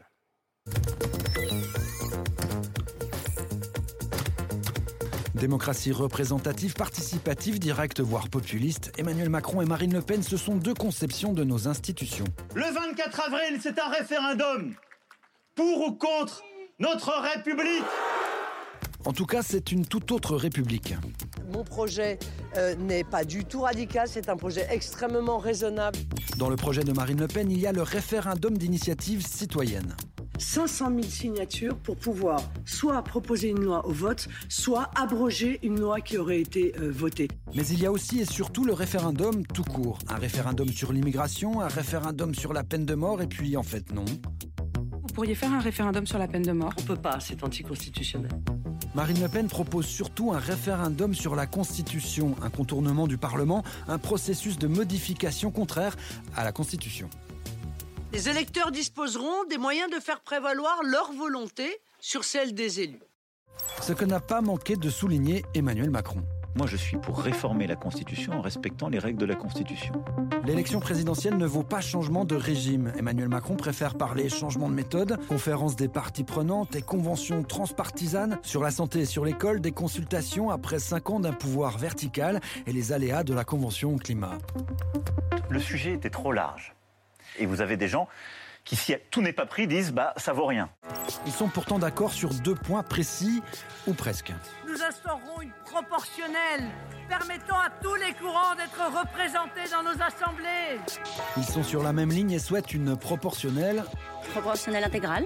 Démocratie représentative, participative, directe, voire populiste, Emmanuel Macron et Marine Le Pen, ce sont deux conceptions de nos institutions. Le 24 avril, c'est un référendum. Pour ou contre notre République. En tout cas, c'est une toute autre République. Mon projet n'est pas du tout radical, c'est un projet extrêmement raisonnable. Dans le projet de Marine Le Pen, il y a le référendum d'initiative citoyenne. 500 000 signatures pour pouvoir soit proposer une loi au vote, soit abroger une loi qui aurait été votée. Mais il y a aussi et surtout le référendum tout court. Un référendum sur l'immigration, un référendum sur la peine de mort, et puis en fait non. Vous pourriez faire un référendum sur la peine de mort ? On ne peut pas, c'est anticonstitutionnel. Marine Le Pen propose surtout un référendum sur la Constitution, un contournement du Parlement, un processus de modification contraire à la Constitution. Les électeurs disposeront des moyens de faire prévaloir leur volonté sur celle des élus. Ce que n'a pas manqué de souligner Emmanuel Macron. Moi, je suis pour réformer la Constitution en respectant les règles de la Constitution. L'élection présidentielle ne vaut pas changement de régime. Emmanuel Macron préfère parler changement de méthode, conférence des parties prenantes et conventions transpartisanes. Sur la santé et sur l'école, des consultations après 5 ans d'un pouvoir vertical et les aléas de la Convention climat. Le sujet était trop large. Et vous avez des gens qui, si tout n'est pas pris, disent « ça vaut rien ». Ils sont pourtant d'accord sur 2 points précis, ou presque. Nous instaurerons une proportionnelle permettant à tous les courants d'être représentés dans nos assemblées. Ils sont sur la même ligne et souhaitent une proportionnelle. Proportionnelle intégrale.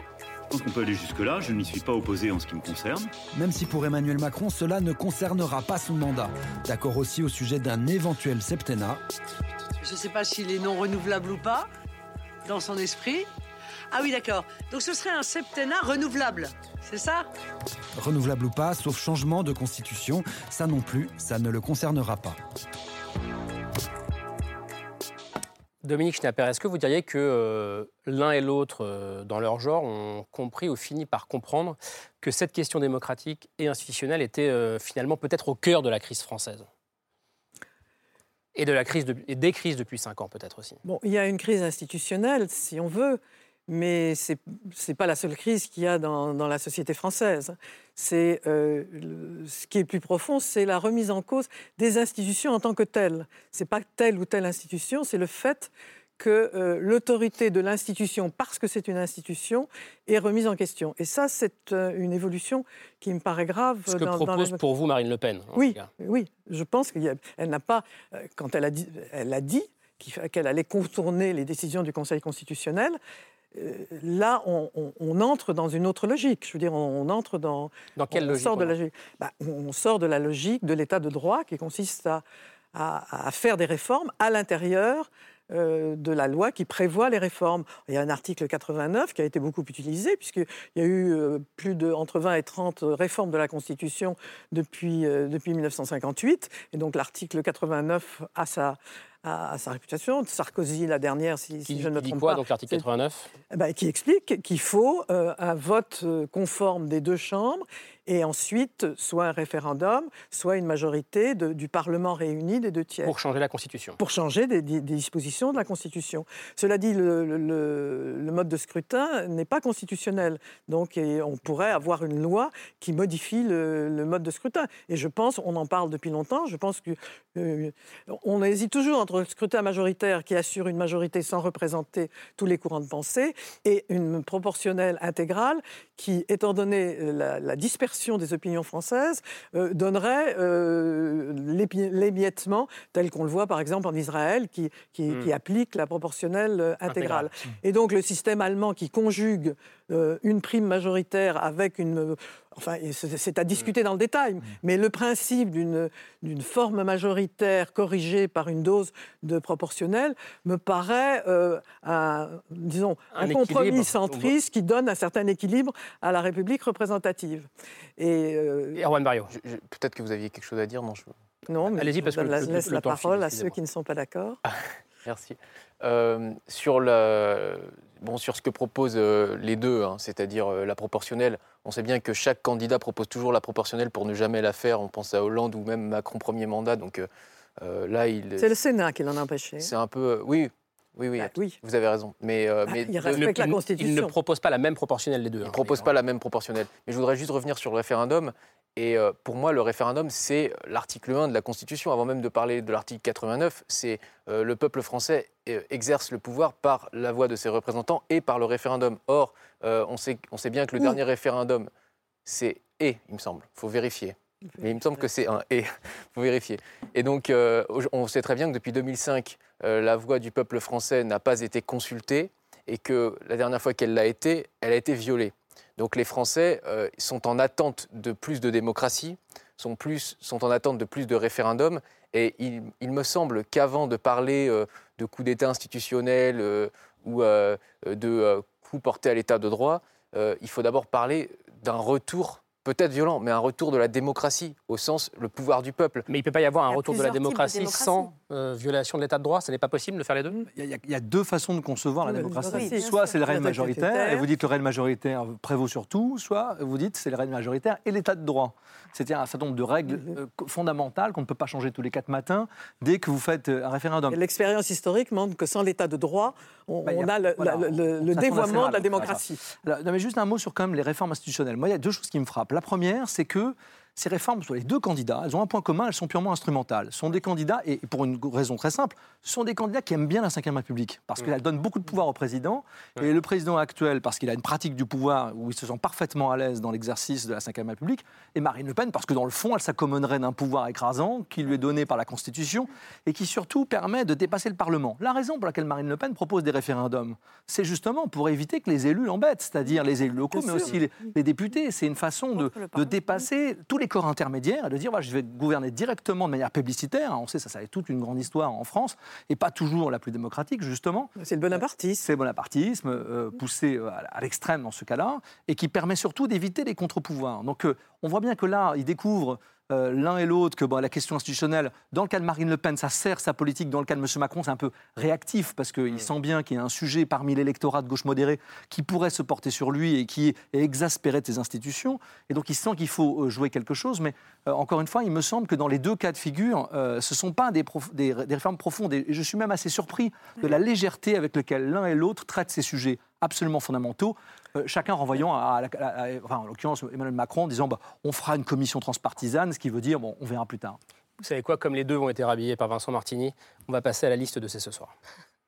Je pense qu'on peut aller jusque-là, je n'y suis pas opposé en ce qui me concerne. Même si pour Emmanuel Macron, cela ne concernera pas son mandat. D'accord aussi au sujet d'un éventuel septennat. Je ne sais pas s'il est non renouvelable ou pas, dans son esprit. Ah oui, d'accord. Donc ce serait un septennat renouvelable, c'est ça? Renouvelable ou pas, sauf changement de constitution, ça non plus, ça ne le concernera pas. Dominique Schnapper, est-ce que vous diriez que l'un et l'autre, dans leur genre, ont compris ou fini par comprendre que cette question démocratique et institutionnelle était finalement peut-être au cœur de la crise française ? Et et des crises depuis 5 ans peut-être aussi. Bon, il y a une crise institutionnelle, si on veut, mais ce n'est pas la seule crise qu'il y a dans la société française. Ce qui est plus profond, c'est la remise en cause des institutions en tant que telles. Ce n'est pas telle ou telle institution, c'est le fait que l'autorité de l'institution, parce que c'est une institution, est remise en question. Et ça, c'est une évolution qui me paraît grave. Ce que propose pour vous Marine Le Pen. Oui, je pense qu'elle n'a pas, quand elle a dit qu'elle allait contourner les décisions du Conseil constitutionnel. Là, on entre dans une autre logique. Je veux dire, on entre dans... Dans quelle logique on sort de la logique de l'état de droit qui consiste à faire des réformes à l'intérieur de la loi qui prévoit les réformes. Il y a un article 89 qui a été beaucoup utilisé, puisqu'il y a eu entre 20 et 30 réformes de la Constitution depuis 1958. Et donc l'article 89 a sa réputation. Sarkozy, la dernière, si je ne me trompe pas. Qui dit quoi, donc, l'article 89 ? Qui explique qu'il faut un vote conforme des deux chambres et ensuite soit un référendum, soit une majorité du Parlement réuni des 2 tiers. Pour changer la Constitution. Pour changer des dispositions de la Constitution. Cela dit, le mode de scrutin n'est pas constitutionnel. Donc on pourrait avoir une loi qui modifie le mode de scrutin. Et je pense, on en parle depuis longtemps, je pense qu'on hésite toujours entre le scrutin majoritaire qui assure une majorité sans représenter tous les courants de pensée et une proportionnelle intégrale qui, étant donné la dispersion des opinions françaises, donnerait l'émiettement tel qu'on le voit par exemple en Israël qui applique la proportionnelle intégrale. Et donc le système allemand qui conjugue une prime majoritaire avec une... Enfin, c'est à discuter dans le détail, mais le principe d'une forme majoritaire corrigée par une dose de proportionnelle me paraît un compromis centriste qui donne un certain équilibre à la République représentative. Et Erwan Barrio. Peut-être que vous aviez quelque chose à dire, non Non, mais allez-y, parce que laisse la parole à ceux qui ne sont pas d'accord. Merci. Sur ce que proposent les deux, c'est-à-dire la proportionnelle, on sait bien que chaque candidat propose toujours la proportionnelle pour ne jamais la faire. On pense à Hollande ou même Macron premier mandat. Donc là, c'est le Sénat qui l'en a empêché. C'est un peu... Oui, vous avez raison. Mais il respecte la Constitution. Il ne propose pas la même proportionnelle, les deux. Il ne propose pas la même proportionnelle. Mais je voudrais juste revenir sur le référendum. Et pour moi, le référendum, c'est l'article 1 de la Constitution. Avant même de parler de l'article 89, c'est le peuple français exerce le pouvoir par la voix de ses représentants et par le référendum. Or, on sait bien que le dernier référendum, c'est « et », il me semble. Il faut vérifier. Mais il me semble que c'est un « et ». Il faut vérifier. Et donc, on sait très bien que depuis 2005, la voix du peuple français n'a pas été consultée et que la dernière fois qu'elle l'a été, elle a été violée. Donc les Français sont en attente de plus de démocratie, sont en attente de plus de référendums. Et il me semble qu'avant de parler de coup d'État institutionnel ou de coup porté à l'État de droit, il faut d'abord parler d'un retour, peut-être violent, mais un retour de la démocratie, au sens le pouvoir du peuple. Mais il ne peut pas y avoir un retour de la démocratie sans violation de l'état de droit. Ce n'est pas possible de faire les deux. Il y a 2 façons de concevoir la démocratie. Soit c'est le règne majoritaire, et vous dites le règne majoritaire prévaut sur tout, soit vous dites c'est le règne majoritaire et l'état de droit. C'est-à-dire un certain nombre de règles fondamentales qu'on ne peut pas changer tous les 4 matins dès que vous faites un référendum. Et l'expérience historique montre que sans l'état de droit, on a le dévoiement de la démocratie. Non, mais juste un mot sur quand même les réformes institutionnelles. Moi, il y a 2 choses qui me frappent. La première, c'est que ces réformes sur les deux candidats, elles ont un point commun, elles sont purement instrumentales. Ce sont des candidats, et pour une raison très simple, ce sont des candidats qui aiment bien la Ve République, parce qu'elle donne beaucoup de pouvoir au président, et le président actuel, parce qu'il a une pratique du pouvoir où il se sent parfaitement à l'aise dans l'exercice de la Ve République, et Marine Le Pen, parce que dans le fond, elle s'accommoderait d'un pouvoir écrasant qui lui est donné par la Constitution, et qui surtout permet de dépasser le Parlement. La raison pour laquelle Marine Le Pen propose des référendums, c'est justement pour éviter que les élus l'embêtent, c'est-à-dire les élus locaux, mais aussi les députés. C'est une façon de dépasser tous les corps intermédiaires et de dire je vais gouverner directement de manière plébiscitaire. On sait, ça est toute une grande histoire en France, et pas toujours la plus démocratique, justement. C'est le bonapartisme. C'est le bonapartisme, poussé à l'extrême dans ce cas-là, et qui permet surtout d'éviter les contre-pouvoirs. Donc on voit bien que là, ils découvrent l'un et l'autre que la question institutionnelle, dans le cas de Marine Le Pen, ça sert sa politique. Dans le cas de M. Macron, c'est un peu réactif parce qu'il sent bien qu'il y a un sujet parmi l'électorat de gauche modérée qui pourrait se porter sur lui et qui est exaspéré de ses institutions. Et donc il sent qu'il faut jouer quelque chose. Mais encore une fois, il me semble que dans les deux cas de figure, ce ne sont pas des réformes profondes. Et je suis même assez surpris de la légèreté avec laquelle l'un et l'autre traitent ces sujets absolument fondamentaux, chacun renvoyant en l'occurrence Emmanuel Macron, en disant on fera une commission transpartisane, ce qui veut dire on verra plus tard. Vous savez quoi, comme les deux ont été rhabillés par Vincent Martini, on va passer à la liste de C'est ce soir.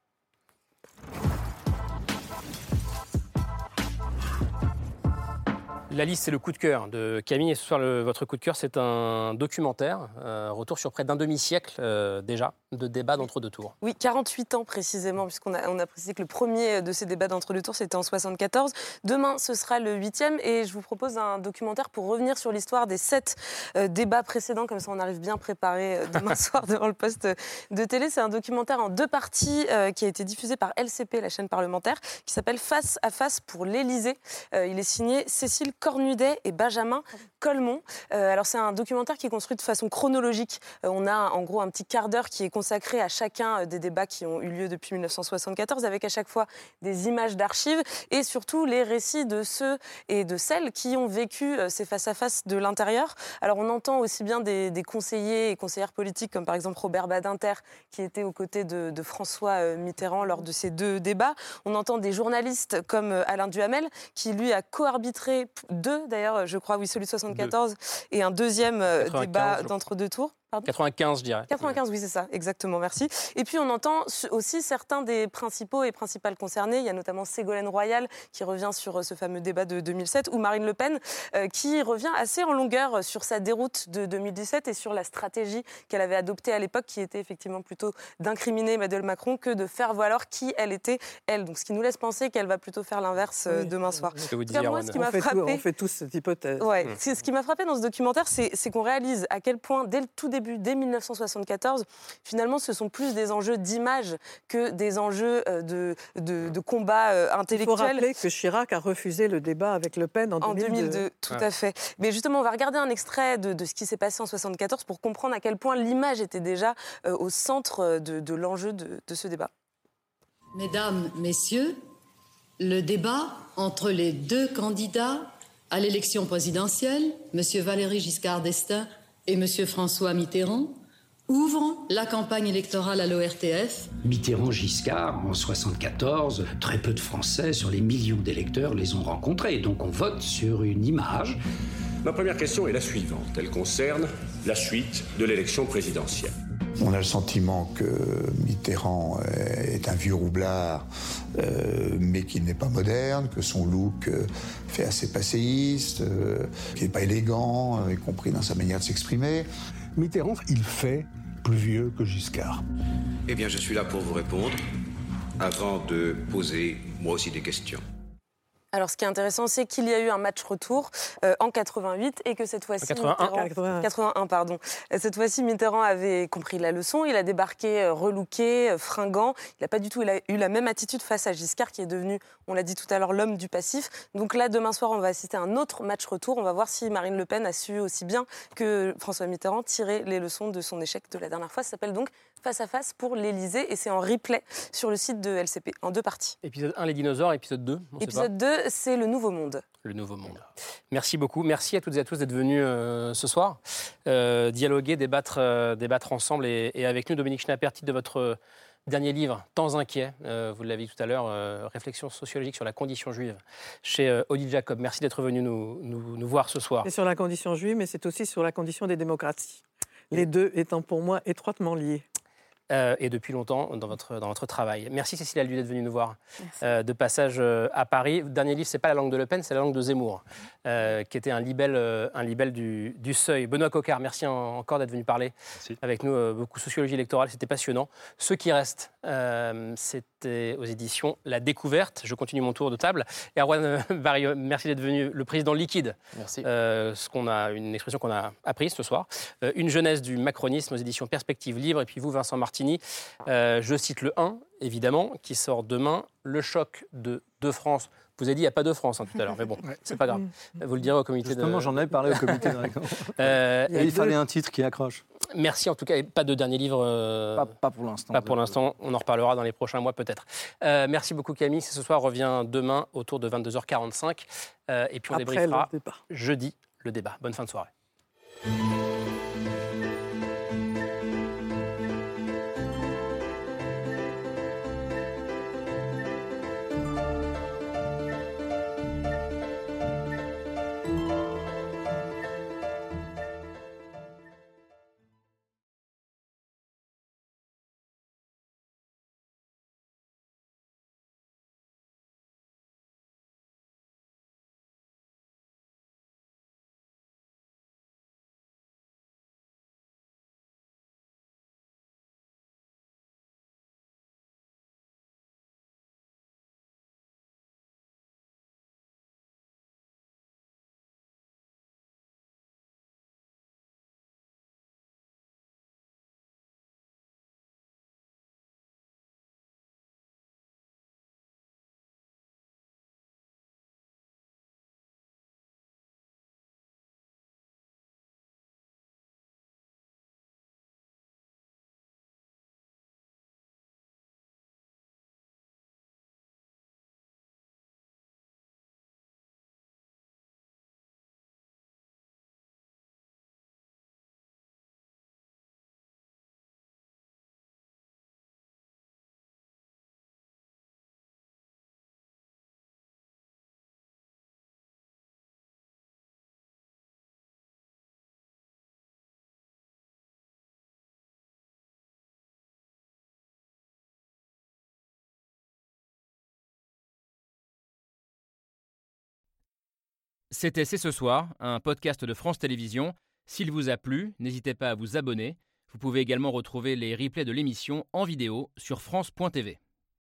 La liste, c'est le coup de cœur de Camille. Et ce soir, votre coup de cœur, c'est un documentaire, retour sur près d'un demi-siècle déjà, de débats d'entre-deux tours. Oui, 48 ans précisément, puisqu'on a précisé que le premier de ces débats d'entre-deux tours, c'était en 1974. Demain, ce sera le 8e, et je vous propose un documentaire pour revenir sur l'histoire des 7 débats précédents, comme ça on arrive bien préparé demain soir devant le poste de télé. C'est un documentaire en 2 parties qui a été diffusé par LCP, la chaîne parlementaire, qui s'appelle Face à face pour l'Élysée. Il est signé Cécile Cornudet et Benjamin Colmont. Alors c'est un documentaire qui est construit de façon chronologique. On a en gros un petit quart d'heure qui est consacré à chacun des débats qui ont eu lieu depuis 1974, avec à chaque fois des images d'archives et surtout les récits de ceux et de celles qui ont vécu ces face-à-face de l'intérieur. Alors on entend aussi bien des conseillers et conseillères politiques comme par exemple Robert Badinter qui était aux côtés de François Mitterrand lors de ces 2 débats. On entend des journalistes comme Alain Duhamel qui lui a coarbitré 2 d'ailleurs, je crois, oui, celui de 74 et un deuxième débat d'entre-deux tours. Pardon ? 95, je dirais. 95, oui, c'est ça, exactement, merci. Et puis on entend aussi certains des principaux et principales concernés. Il y a notamment Ségolène Royal qui revient sur ce fameux débat de 2007, ou Marine Le Pen qui revient assez en longueur sur sa déroute de 2017 et sur la stratégie qu'elle avait adoptée à l'époque, qui était effectivement plutôt d'incriminer Emmanuel Macron que de faire valoir qui elle était, elle. Donc ce qui nous laisse penser qu'elle va plutôt faire l'inverse demain soir. Ce que vous disiez, moi, ce qui m'a frappé, on fait tous cette hypothèse. Ouais, ce qui m'a frappé dans ce documentaire, c'est qu'on réalise à quel point, dès le tout début, dès 1974, finalement, ce sont plus des enjeux d'image que des enjeux de combat intellectuel. Il faut rappeler que Chirac a refusé le débat avec Le Pen en 2002. Tout à fait. Mais justement, on va regarder un extrait de ce qui s'est passé en 1974 pour comprendre à quel point l'image était déjà au centre de l'enjeu de ce débat. Mesdames, Messieurs, le débat entre les 2 candidats à l'élection présidentielle, M. Valéry Giscard d'Estaing et M. François Mitterrand, ouvre la campagne électorale à l'ORTF. Mitterrand-Giscard, en 1974, très peu de Français sur les millions d'électeurs les ont rencontrés. Donc on vote sur une image. Ma première question est la suivante. Elle concerne la suite de l'élection présidentielle. On a le sentiment que Mitterrand est un vieux roublard, mais qu'il n'est pas moderne, que son look fait assez passéiste, qu'il n'est pas élégant, y compris dans sa manière de s'exprimer. Mitterrand, il fait plus vieux que Giscard. Eh bien, je suis là pour vous répondre, avant de poser moi aussi des questions. Alors, ce qui est intéressant, c'est qu'il y a eu un match retour en 88 et que cette fois-ci... 81, pardon. Cette fois-ci, Mitterrand avait compris la leçon. Il a débarqué relooké, fringant. Il n'a pas du tout eu la même attitude face à Giscard, qui est devenu, on l'a dit tout à l'heure, l'homme du passif. Donc là, demain soir, on va assister à un autre match retour. On va voir si Marine Le Pen a su aussi bien que François Mitterrand tirer les leçons de son échec de la dernière fois. Ça s'appelle donc Face à face pour l'Élysée et c'est en replay sur le site de LCP, en 2 parties. Épisode 1, les dinosaures, épisode 2, Épisode 2, c'est le Nouveau Monde. Le Nouveau Monde. Merci beaucoup. Merci à toutes et à tous d'être venus ce soir. Dialoguer, débattre ensemble et avec nous, Dominique Schnapper, titre de Dernier livre, Temps inquiets, vous l'avez dit tout à l'heure, réflexion sociologique sur la condition juive, chez Odile Jacob. Merci d'être venu nous voir ce soir. C'est sur la condition juive, mais c'est aussi sur la condition des démocraties. Les deux étant pour moi étroitement liés. Et depuis longtemps dans votre travail. Merci Cécile Aldu d'être venue nous voir de passage à Paris. Le dernier livre, c'est pas La langue de Le Pen, c'est La langue de Zemmour, qui était un libelle du Seuil. Benoît Coquart, merci encore d'être venu parler avec nous, beaucoup sociologie électorale, c'était passionnant. Ce qui reste, c'était aux éditions La Découverte. Je continue mon tour de table. Et Erwan Barillot, merci d'être venu, le président liquide. Merci. Une expression qu'on a apprise ce soir. Une jeunesse du macronisme aux éditions Perspective Livre. Et puis vous, Vincent Martini, je cite le 1, évidemment, qui sort demain, Le choc de deux France. Vous avez dit, il n'y a pas de France tout à l'heure, mais bon, c'est pas grave. Vous le direz au comité. Justement, j'en avais parlé au comité directement. Il fallait un titre qui accroche. Merci en tout cas, et pas de dernier livre. Pas pour l'instant. Pas pour l'instant, on en reparlera dans les prochains mois peut-être. Merci beaucoup Camille, ce soir revient demain autour de 22h45. Et puis on débriefera jeudi le débat. Bonne fin de soirée. C'était C'est ce soir, un podcast de France Télévisions. S'il vous a plu, n'hésitez pas à vous abonner. Vous pouvez également retrouver les replays de l'émission en vidéo sur France.tv.